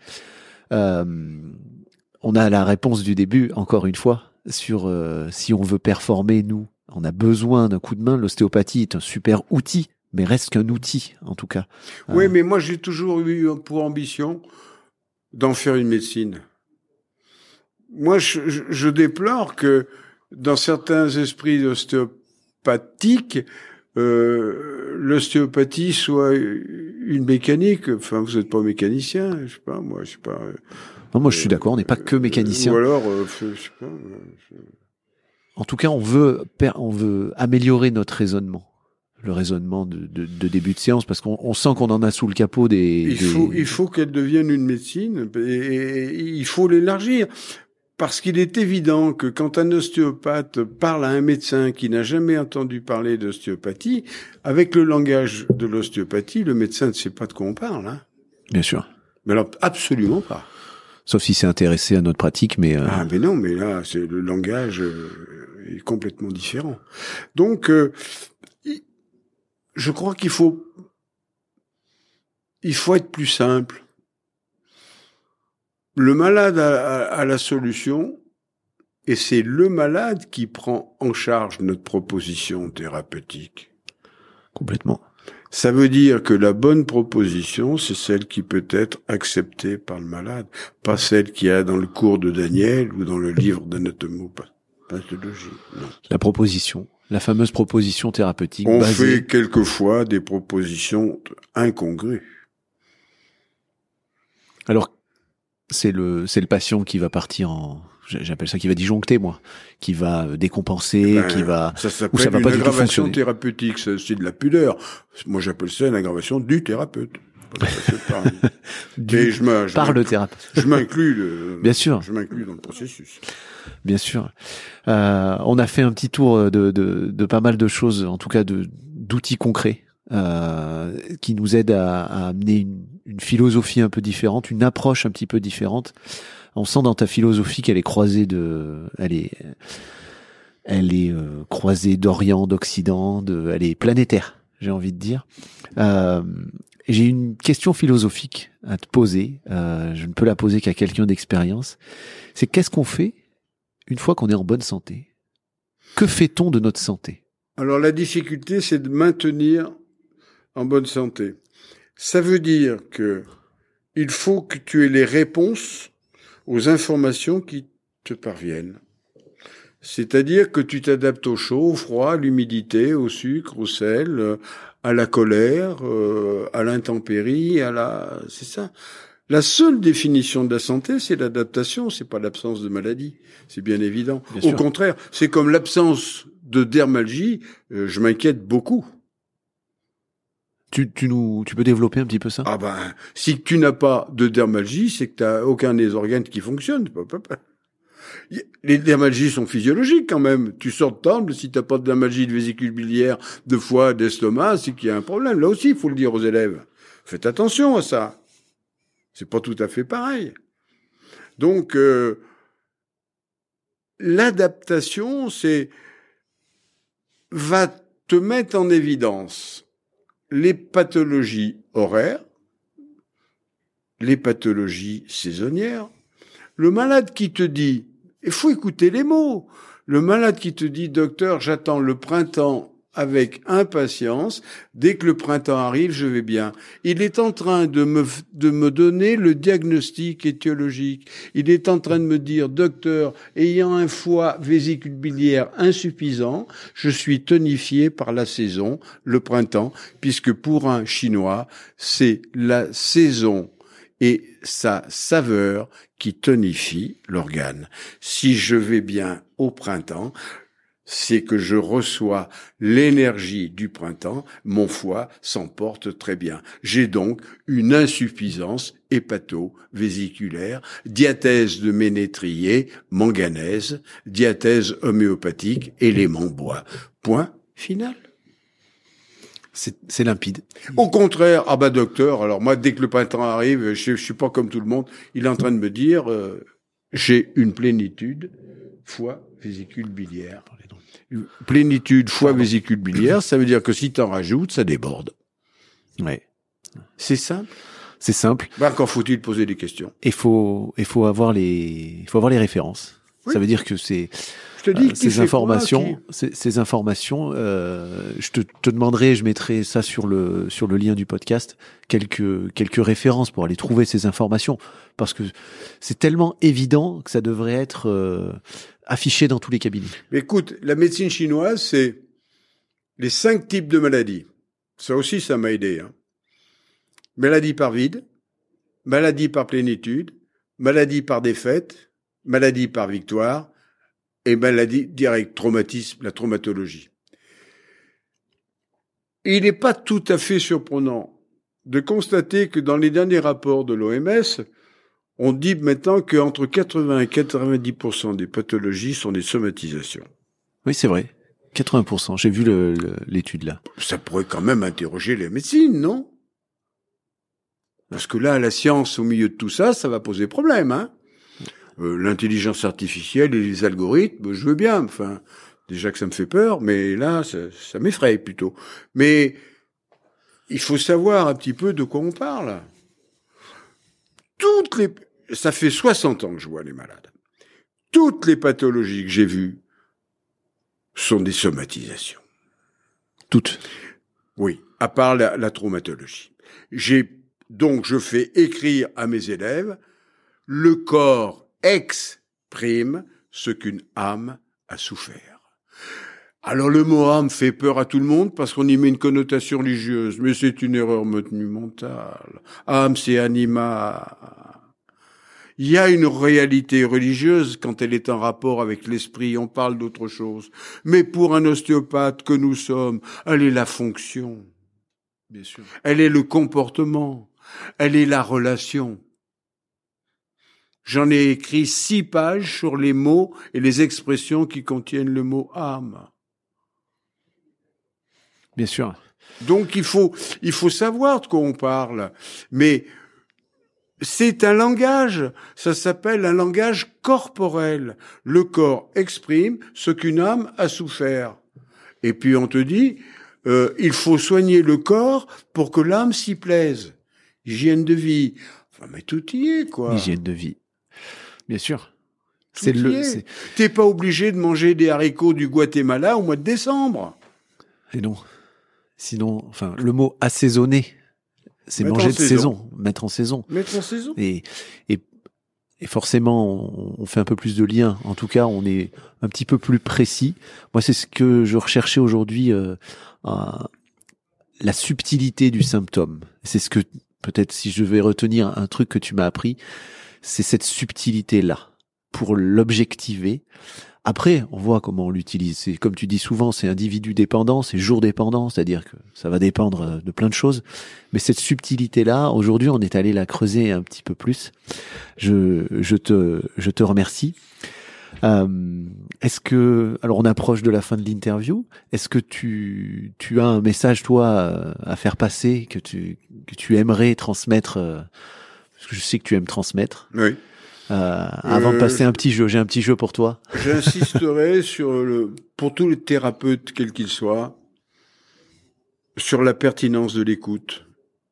On a la réponse du début, encore une fois, sur si on veut performer, nous, on a besoin d'un coup de main. L'ostéopathie est un super outil, mais reste qu'un outil, en tout cas. Oui, mais moi, j'ai toujours eu pour ambition d'en faire une médecine. Moi, je déplore que dans certains esprits ostéopathiques, l'ostéopathie soit une mécanique. Enfin, vous n'êtes pas mécanicien, je sais pas, moi, je sais pas. Non, moi, je suis d'accord, on n'est pas que mécanicien. Ou alors, je sais pas. En tout cas, on veut améliorer notre raisonnement. Le raisonnement de début de séance, parce qu'on sent qu'on en a sous le capot Il faut qu'elle devienne une médecine, et il faut l'élargir. Parce qu'il est évident que quand un ostéopathe parle à un médecin qui n'a jamais entendu parler d'ostéopathie, avec le langage de l'ostéopathie, le médecin ne sait pas de quoi on parle. Hein. Bien sûr. Mais alors, absolument pas. Sauf si c'est intéressé à notre pratique, mais... Ah, mais non, mais là, le langage est complètement différent. Donc, je crois qu'il faut être plus simple. Le malade a la solution, et c'est le malade qui prend en charge notre proposition thérapeutique. Complètement. Ça veut dire que la bonne proposition, c'est celle qui peut être acceptée par le malade, pas celle qu'il y a dans le cours de Daniel ou dans le livre d'anatomopathologie. La proposition, la fameuse proposition thérapeutique. On fait quelquefois des propositions incongrues. Alors, c'est le patient qui va partir j'appelle ça qui va disjoncter, moi, qui va décompenser, qui va, ça s'appelle une aggravation thérapeutique, c'est de la pudeur. Moi, j'appelle ça une aggravation du thérapeute. Le thérapeute. Je m'inclus bien sûr. Je m'inclus dans le processus. Bien sûr. On a fait un petit tour de pas mal de choses, en tout cas d'outils concrets, qui nous aident à amener une philosophie un peu différente, une approche un petit peu différente. On sent dans ta philosophie qu'elle est croisée croisée d'Orient, d'Occident, elle est planétaire, j'ai envie de dire. J'ai une question philosophique à te poser. Je ne peux la poser qu'à quelqu'un d'expérience. C'est qu'est-ce qu'on fait une fois qu'on est en bonne santé? Que fait-on de notre santé? Alors la difficulté, c'est de maintenir en bonne santé. Ça veut dire que il faut que tu aies les réponses aux informations qui te parviennent. C'est-à-dire que tu t'adaptes au chaud, au froid, à l'humidité, au sucre, au sel, à la colère, à l'intempérie, c'est ça. La seule définition de la santé, c'est l'adaptation, c'est pas l'absence de maladie. C'est bien évident. Au contraire, c'est comme l'absence de dermalgie, je m'inquiète beaucoup. Tu peux développer un petit peu ça? Ah ben, si tu n'as pas de dermalgie, c'est que t'as aucun des organes qui fonctionne. Les dermalgies sont physiologiques quand même. Tu sors de table, si t'as pas de dermalgie de vésicule biliaire, de foie, d'estomac, c'est qu'il y a un problème. Là aussi, il faut le dire aux élèves. Faites attention à ça. C'est pas tout à fait pareil. Donc, l'adaptation, va te mettre en évidence les pathologies horaires, les pathologies saisonnières. Le malade qui te dit, il faut écouter les mots, le malade qui te dit, docteur, j'attends le printemps avec impatience, dès que le printemps arrive, je vais bien. Il est en train de me donner le diagnostic étiologique. Il est en train de me dire, docteur, ayant un foie vésicule biliaire insuffisant, je suis tonifié par la saison, le printemps, puisque pour un Chinois, c'est la saison et sa saveur qui tonifie l'organe. Si je vais bien au printemps, c'est que je reçois l'énergie du printemps, mon foie s'en porte très bien. J'ai donc une insuffisance hépato-vésiculaire, diathèse de ménétrier, manganèse, diathèse homéopathique, élément bois. Point final. C'est limpide. Au contraire, ah bah docteur, alors moi dès que le printemps arrive, je suis pas comme tout le monde, il est en train de me dire j'ai une plénitude, foie, vésicule biliaire. Plénitude, foie, vésicule biliaire, ça veut dire que si t'en rajoutes, ça déborde. Ouais. C'est simple. C'est simple. Bah, encore faut-il poser des questions. Il faut avoir les références. Oui. Ça veut dire que je te dis ces informations, je te demanderai, je mettrai ça sur le lien du podcast, quelques références pour aller trouver ces informations, parce que c'est tellement évident que ça devrait être affiché dans tous les cabinets. Mais écoute, la médecine chinoise, c'est les 5 types de maladies. Ça aussi, ça m'a aidé. Maladie par vide, maladie par plénitude, maladie par défaite, maladie par victoire, et maladie directe, traumatisme, la traumatologie. Et il n'est pas tout à fait surprenant de constater que dans les derniers rapports de l'OMS, on dit maintenant qu'entre 80 et 90% des pathologies sont des somatisations. Oui, c'est vrai. 80%. J'ai vu l'étude là. Ça pourrait quand même interroger les médecines, non? Parce que là, la science, au milieu de tout ça, ça va poser problème, hein. L'intelligence artificielle et les algorithmes, je veux bien. Enfin, déjà que ça me fait peur, mais là, ça m'effraie plutôt. Mais il faut savoir un petit peu de quoi on parle. Ça fait 60 ans que je vois les malades. Toutes les pathologies que j'ai vues sont des somatisations. Toutes? Oui, à part la traumatologie. Donc, je fais écrire à mes élèves, le corps exprime ce qu'une âme a souffert. Alors le mot âme fait peur à tout le monde parce qu'on y met une connotation religieuse, mais c'est une erreur monumentale. Âme, c'est anima. Il y a une réalité religieuse quand elle est en rapport avec l'esprit, on parle d'autre chose. Mais pour un ostéopathe que nous sommes, elle est la fonction. Bien sûr. Elle est le comportement. Elle est la relation. J'en ai écrit 6 pages sur les mots et les expressions qui contiennent le mot âme. Bien sûr. Donc il faut savoir de quoi on parle. Mais c'est un langage, ça s'appelle un langage corporel. Le corps exprime ce qu'une âme a souffert. Et puis on te dit, il faut soigner le corps pour que l'âme s'y plaise. Hygiène de vie. Enfin, mais tout y est, quoi. Hygiène de vie. Bien sûr. T'es pas obligé de manger des haricots du Guatemala au mois de décembre. Et non. Sinon, enfin, le mot assaisonner, c'est manger de saison, mettre en saison. Mettre en saison. Et forcément, on fait un peu plus de liens. En tout cas, on est un petit peu plus précis. Moi, c'est ce que je recherchais aujourd'hui, la subtilité du symptôme. C'est ce que, peut-être, si je vais retenir un truc que tu m'as appris, c'est cette subtilité-là, pour l'objectiver. Après, on voit comment on l'utilise. C'est, comme tu dis souvent, c'est individu dépendant, c'est jour dépendant, c'est-à-dire que ça va dépendre de plein de choses. Mais cette subtilité-là, aujourd'hui, on est allé la creuser un petit peu plus. Je te remercie. Est-ce que, alors on approche de la fin de l'interview. Est-ce que tu as un message, toi, à faire passer, que tu aimerais transmettre, parce que je sais que tu aimes transmettre. Oui. Avant de passer un petit jeu, j'ai un petit jeu pour toi. J'insisterai pour tous les thérapeutes, quels qu'ils soient, sur la pertinence de l'écoute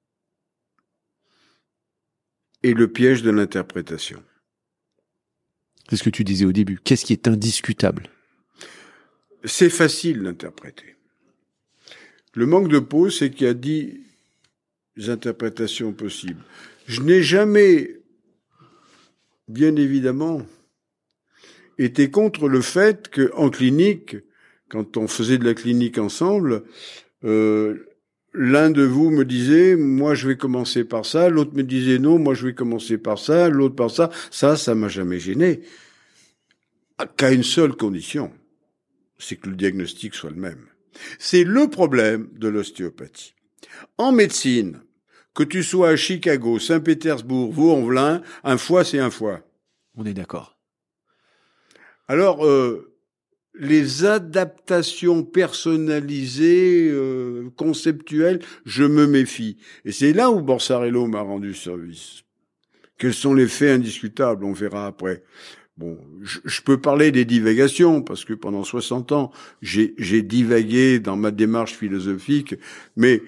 et le piège de l'interprétation. C'est ce que tu disais au début. Qu'est-ce qui est indiscutable? C'est facile d'interpréter. Le manque de pause, c'est qu'il y a 10 interprétations possibles. Je n'ai jamais, bien évidemment, été contre le fait que, en clinique, quand on faisait de la clinique ensemble, l'un de vous me disait, moi je vais commencer par ça, l'autre me disait non, moi je vais commencer par ça, l'autre par ça. Ça m'a jamais gêné. Qu'à une seule condition, c'est que le diagnostic soit le même. C'est le problème de l'ostéopathie. En médecine, que tu sois à Chicago, Saint-Pétersbourg, Vaux-en-Velin, un foie c'est un foie. On est d'accord. Alors, les adaptations personnalisées, conceptuelles, je me méfie. Et c'est là où Borsarello m'a rendu service. Quels sont les faits indiscutables? On verra après. Bon, je peux parler des divagations, parce que pendant 60 ans, j'ai divagué dans ma démarche philosophique, mais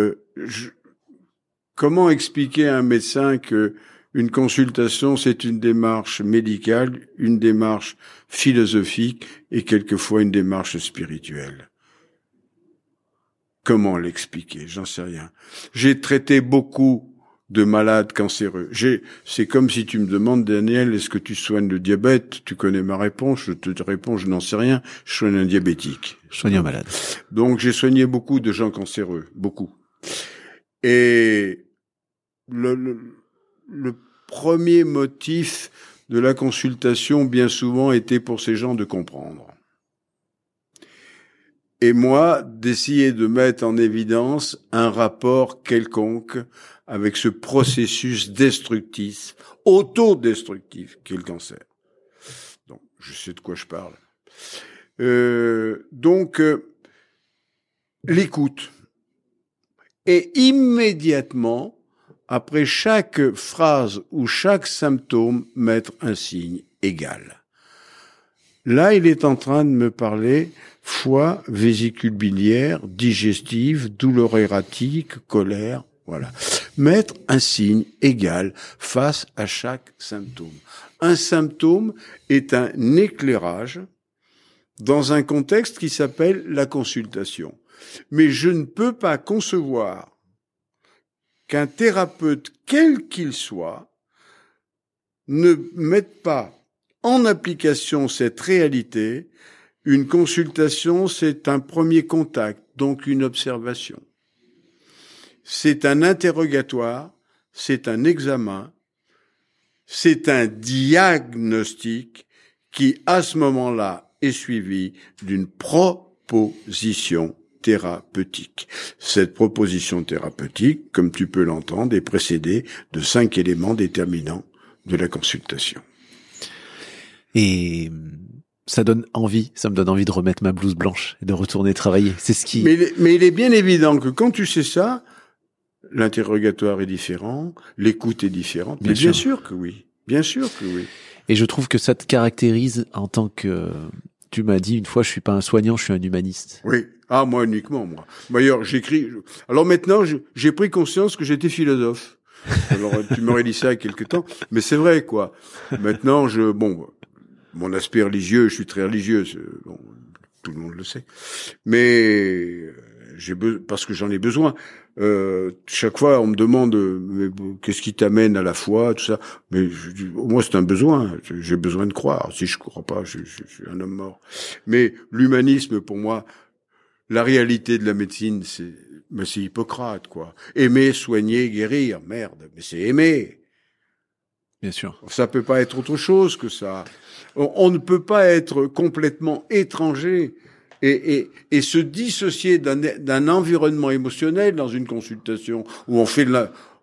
comment expliquer à un médecin que une consultation, c'est une démarche médicale, une démarche philosophique et quelquefois une démarche spirituelle? Comment l'expliquer? J'en sais rien. J'ai traité beaucoup de malades cancéreux. C'est comme si tu me demandes, Daniel, est-ce que tu soignes le diabète? Tu connais ma réponse, je te réponds, je n'en sais rien, je soigne un diabétique. Je soigne un malade. Donc j'ai soigné beaucoup de gens cancéreux, beaucoup. Et le premier motif de la consultation, bien souvent, était pour ces gens de comprendre. Et moi, d'essayer de mettre en évidence un rapport quelconque avec ce processus destructif, autodestructif, qu'est le cancer. Donc, je sais de quoi je parle. Donc, l'écoute. Et immédiatement, après chaque phrase ou chaque symptôme, mettre un signe égal. Là, il est en train de me parler foie, vésicule biliaire, digestive, douleur erratique, colère, voilà. Mettre un signe égal face à chaque symptôme. Un symptôme est un éclairage dans un contexte qui s'appelle la consultation. Mais je ne peux pas concevoir qu'un thérapeute, quel qu'il soit, ne mette pas en application cette réalité Une consultation, c'est un premier contact, donc une observation. C'est un interrogatoire, c'est un examen, c'est un diagnostic qui, à ce moment-là, est suivi d'une proposition thérapeutique. Cette proposition thérapeutique, comme tu peux l'entendre, est précédée de 5 éléments déterminants de la consultation. Et ça me donne envie de remettre ma blouse blanche et de retourner travailler. C'est ce qui... Mais il est bien évident que quand tu sais ça, l'interrogatoire est différent, l'écoute est différente. Mais bien sûr que oui. Bien sûr que oui. Et je trouve que ça te caractérise en tant que... Tu m'as dit une fois, je suis pas un soignant, je suis un humaniste. Oui. Ah, moi uniquement, moi. D'ailleurs, j'écris... Alors maintenant, j'ai pris conscience que j'étais philosophe. Alors, tu m'aurais dit ça il y a quelque temps. Mais c'est vrai, quoi. Maintenant, mon aspect religieux, je suis très religieux. Bon, tout le monde le sait. Mais parce que j'en ai besoin. Chaque fois, on me demande qu'est-ce qui t'amène à la foi, tout ça. Mais moi, c'est un besoin. J'ai besoin de croire. Si je crois pas, je suis un homme mort. Mais l'humanisme, pour moi, la réalité de la médecine, c'est Hippocrate, quoi. Aimer, soigner, guérir. Merde, mais c'est aimer. Bien sûr. Ça peut pas être autre chose que ça. On ne peut pas être complètement étranger et se dissocier d'un environnement émotionnel dans une consultation où on fait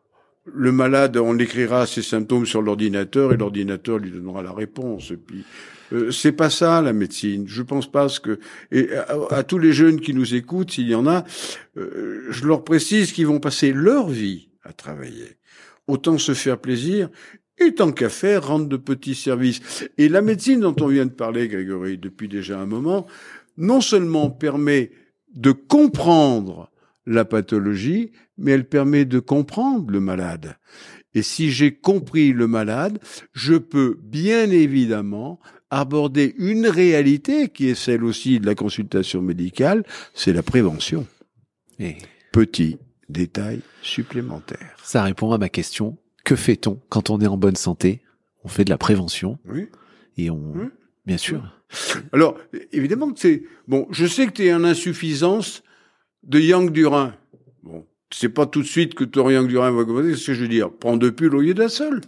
le malade, on écrira ses symptômes sur l'ordinateur et l'ordinateur lui donnera la réponse. Et puis, c'est pas ça la médecine. Je pense pas et à tous les jeunes qui nous écoutent, s'il y en a, je leur précise qu'ils vont passer leur vie à travailler. Autant se faire plaisir. Et tant qu'à faire, rendre de petits services. Et la médecine dont on vient de parler, Grégory, depuis déjà un moment, non seulement permet de comprendre la pathologie, mais elle permet de comprendre le malade. Et si j'ai compris le malade, je peux bien évidemment aborder une réalité qui est celle aussi de la consultation médicale, c'est la prévention. Et petit détail supplémentaire. Ça répond à ma question. Que fait-on quand on est en bonne santé? On fait de la prévention. Oui. Et bien sûr. Alors, évidemment que je sais que tu es en insuffisance de yang du rein. Bon, c'est pas tout de suite que ton yang du rein va commencer, c'est ce que je veux dire. Prends 2 pilules au lieu d'un seul.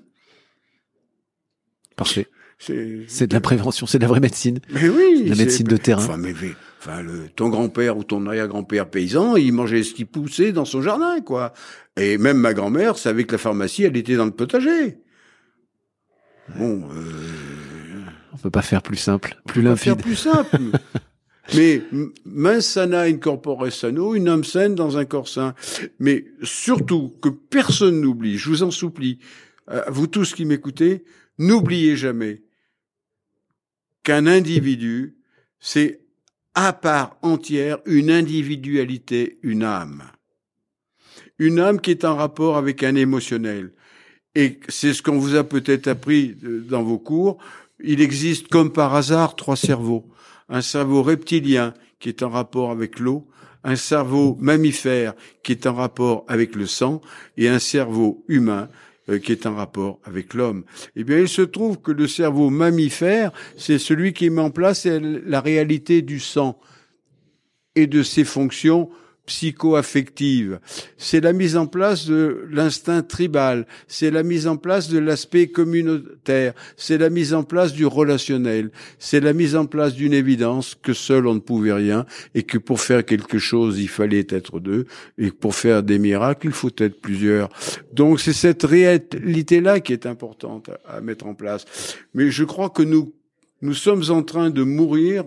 Parfait. C'est de la prévention, c'est de la vraie médecine. Mais oui. De la médecine de terrain. Ton grand-père ou ton arrière-grand-père paysan, il mangeait ce qui poussait dans son jardin, quoi. Et même ma grand-mère savait que la pharmacie, elle était dans le potager. Bon, on peut pas faire plus simple, plus limpide. On peut pas faire plus simple. Mais mens sana in corpore sano, une âme saine dans un corps sain. Mais surtout, que personne n'oublie, je vous en supplie, vous tous qui m'écoutez, n'oubliez jamais qu'un individu, c'est à part entière une individualité, une âme. Une âme qui est en rapport avec un émotionnel. Et c'est ce qu'on vous a peut-être appris dans vos cours. Il existe comme par hasard 3 cerveaux. Un cerveau reptilien qui est en rapport avec l'eau, un cerveau mammifère qui est en rapport avec le sang et un cerveau humain qui est en rapport avec l'homme. Eh bien, il se trouve que le cerveau mammifère, c'est celui qui met en place la réalité du sang et de ses fonctions psycho-affectives. C'est la mise en place de l'instinct tribal, c'est la mise en place de l'aspect communautaire, c'est la mise en place du relationnel, c'est la mise en place d'une évidence que seul on ne pouvait rien et que pour faire quelque chose, il fallait être 2 et que pour faire des miracles, il faut être plusieurs. Donc c'est cette réalité-là qui est importante à mettre en place. Mais je crois que nous sommes en train de mourir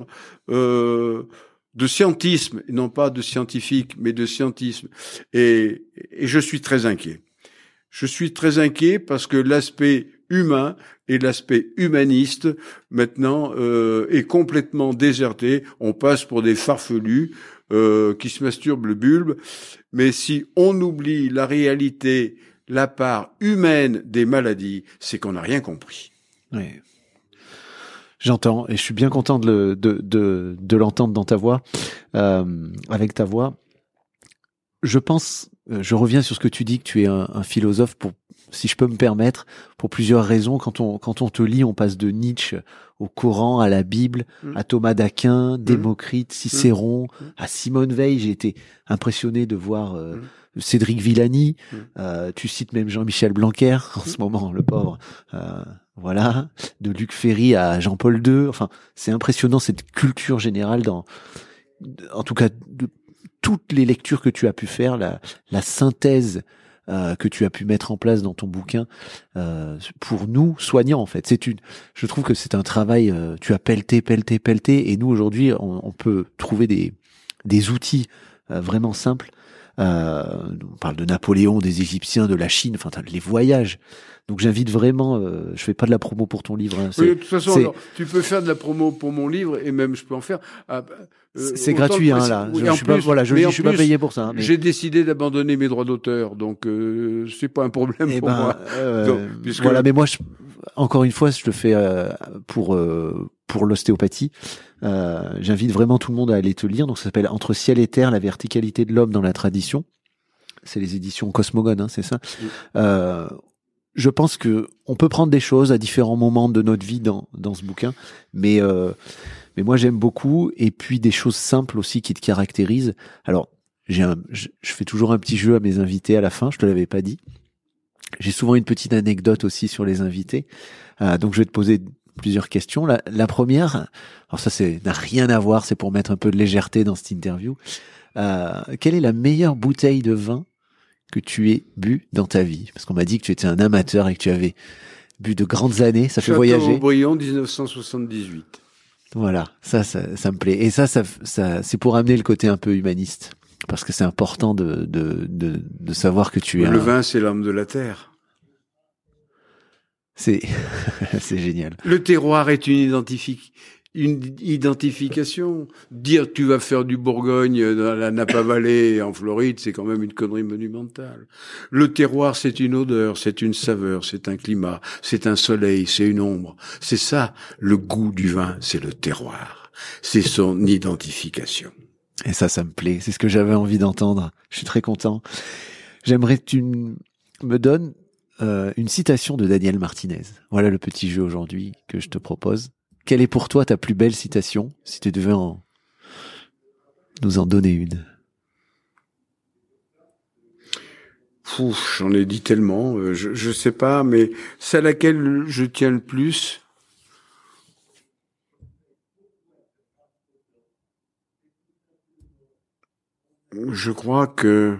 de scientisme, non pas de scientifique, mais de scientisme. Et je suis très inquiet. Je suis très inquiet parce que l'aspect humain et l'aspect humaniste, maintenant, est complètement déserté. On passe pour des farfelus qui se masturbent le bulbe. Mais si on oublie la réalité, la part humaine des maladies, c'est qu'on n'a rien compris. Oui. J'entends et je suis bien content de l'entendre dans ta voix, avec ta voix. Je pense, je reviens sur ce que tu dis, que tu es un philosophe si je peux me permettre, pour plusieurs raisons. Quand on te lit, on passe de Nietzsche au Coran, à la Bible, à Thomas d'Aquin, Démocrite, Cicéron, à Simone Veil. J'ai été impressionné de voir Cédric Villani. Tu cites même Jean-Michel Blanquer en ce moment, le pauvre. Voilà, de Luc Ferry à Jean-Paul II. Enfin, c'est impressionnant cette culture générale en tout cas, de toutes les lectures que tu as pu faire, la synthèse que tu as pu mettre en place dans ton bouquin pour nous soignants en fait. Je trouve que c'est un travail. Tu as pelleté, et nous aujourd'hui, on peut trouver des outils vraiment simples. On parle de Napoléon, des Égyptiens, de la Chine, enfin les voyages. Donc j'invite vraiment. Je fais pas de la promo pour ton livre. Hein, oui, de toute façon, alors, tu peux faire de la promo pour mon livre et même je peux en faire. C'est gratuit, hein, là. Oui, je suis pas payé pour ça. Hein, mais... J'ai décidé d'abandonner mes droits d'auteur, donc c'est pas un problème pour moi. Donc, puisque... Voilà, mais moi, encore une fois, je le fais pour l'ostéopathie. J'invite vraiment tout le monde à aller te lire. Donc ça s'appelle Entre ciel et terre, la verticalité de l'homme dans la tradition. C'est les éditions Cosmogone, hein, c'est ça. Oui. Je pense que on peut prendre des choses à différents moments de notre vie dans ce bouquin, mais moi j'aime beaucoup, et puis des choses simples aussi qui te caractérisent. Alors je fais toujours un petit jeu à mes invités à la fin, je te l'avais pas dit. J'ai souvent une petite anecdote aussi sur les invités, donc je vais te poser plusieurs questions. La première, alors ça n'a rien à voir, c'est pour mettre un peu de légèreté dans cette interview. Quelle est la meilleure bouteille de vin que tu aies bu dans ta vie? Parce qu'on m'a dit que tu étais un amateur et que tu avais bu de grandes années. Ça fait voyager. Châteaubriand, 1978. Voilà, ça me plaît. Et ça c'est pour amener le côté un peu humaniste, parce que c'est important de savoir que tu es. Le vin, c'est l'âme de la terre. C'est génial. Le terroir est une identification. Dire tu vas faire du Bourgogne dans la Napa Valley en Floride, c'est quand même une connerie monumentale. Le terroir, c'est une odeur, c'est une saveur, c'est un climat, c'est un soleil, c'est une ombre. C'est ça, le goût du vin, c'est le terroir. C'est son identification. Et ça me plaît. C'est ce que j'avais envie d'entendre. Je suis très content. J'aimerais que tu me donnes une citation de Daniel Martinez. Voilà le petit jeu aujourd'hui que je te propose. Quelle est pour toi ta plus belle citation, si tu devais nous en donner une? J'en ai dit tellement, je sais pas, mais c'est à laquelle je tiens le plus. Je crois que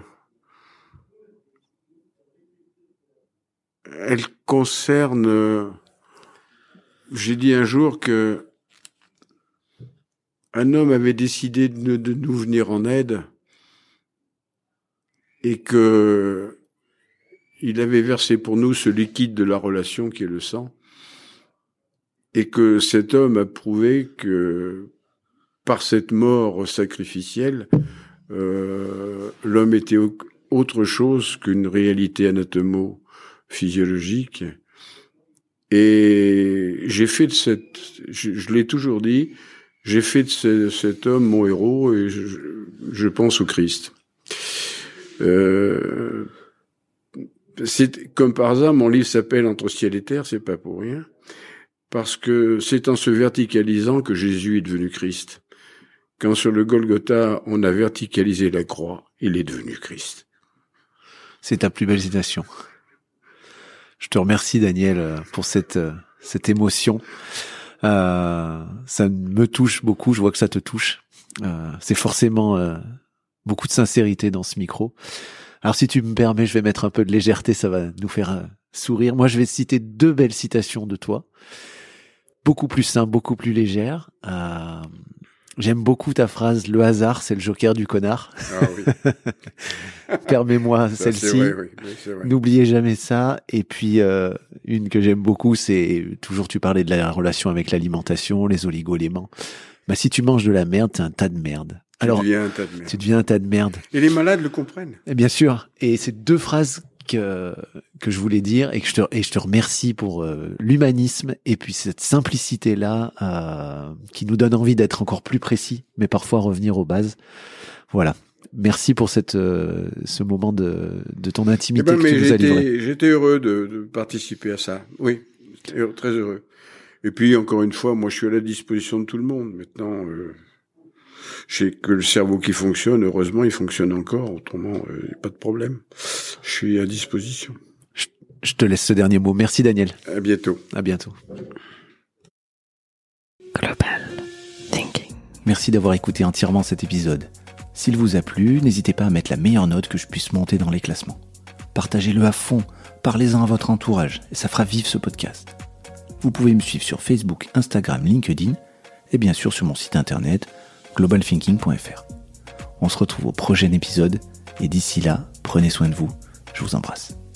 elle concerne... J'ai dit un jour que un homme avait décidé de nous venir en aide et que il avait versé pour nous ce liquide de la relation qui est le sang, et que cet homme a prouvé que par cette mort sacrificielle, l'homme était autre chose qu'une réalité anatomo-physiologique. Et j'ai fait de je l'ai toujours dit, j'ai fait de cet homme mon héros, et je pense au Christ. C'est comme par hasard, mon livre s'appelle Entre ciel et terre, c'est pas pour rien, parce que c'est en se verticalisant que Jésus est devenu Christ. Quand sur le Golgotha, on a verticalisé la croix, il est devenu Christ. C'est ta plus belle citation. Je te remercie, Daniel, pour cette émotion. Ça me touche beaucoup. Je vois que ça te touche. C'est forcément beaucoup de sincérité dans ce micro. Alors, si tu me permets, je vais mettre un peu de légèreté. Ça va nous faire sourire. Moi, je vais citer 2 belles citations de toi. Beaucoup plus simples, beaucoup plus légères. J'aime beaucoup ta phrase « Le hasard, c'est le joker du connard ». Ah oui. Permets-moi celle-ci. Oui, c'est vrai. N'oubliez jamais ça. Et puis, une que j'aime beaucoup, c'est toujours, tu parlais de la relation avec l'alimentation, les oligo-éléments. Bah, si tu manges de la merde, t'es un tas de merde. Alors, tu deviens un tas de merde. Et les malades le comprennent. Et bien sûr. Et c'est 2 phrases que je voulais dire, et je te remercie pour l'humanisme et puis cette simplicité là qui nous donne envie d'être encore plus précis, mais parfois revenir aux bases. Voilà. Merci pour ce moment de ton intimité que tu mais nous as livré. j'étais heureux de participer à ça. Oui, très heureux. Et puis, encore une fois, moi, je suis à la disposition de tout le monde. Maintenant, j'ai que le cerveau qui fonctionne. Heureusement, il fonctionne encore. Autrement, pas de problème. Je suis à disposition. Je te laisse ce dernier mot. Merci, Daniel. À bientôt. À bientôt. Global Thinking. Merci d'avoir écouté entièrement cet épisode. S'il vous a plu, n'hésitez pas à mettre la meilleure note que je puisse monter dans les classements. Partagez-le à fond, parlez-en à votre entourage, et ça fera vivre ce podcast. Vous pouvez me suivre sur Facebook, Instagram, LinkedIn, et bien sûr sur mon site internet, globalthinking.fr. On se retrouve au prochain épisode, et d'ici là, prenez soin de vous, je vous embrasse.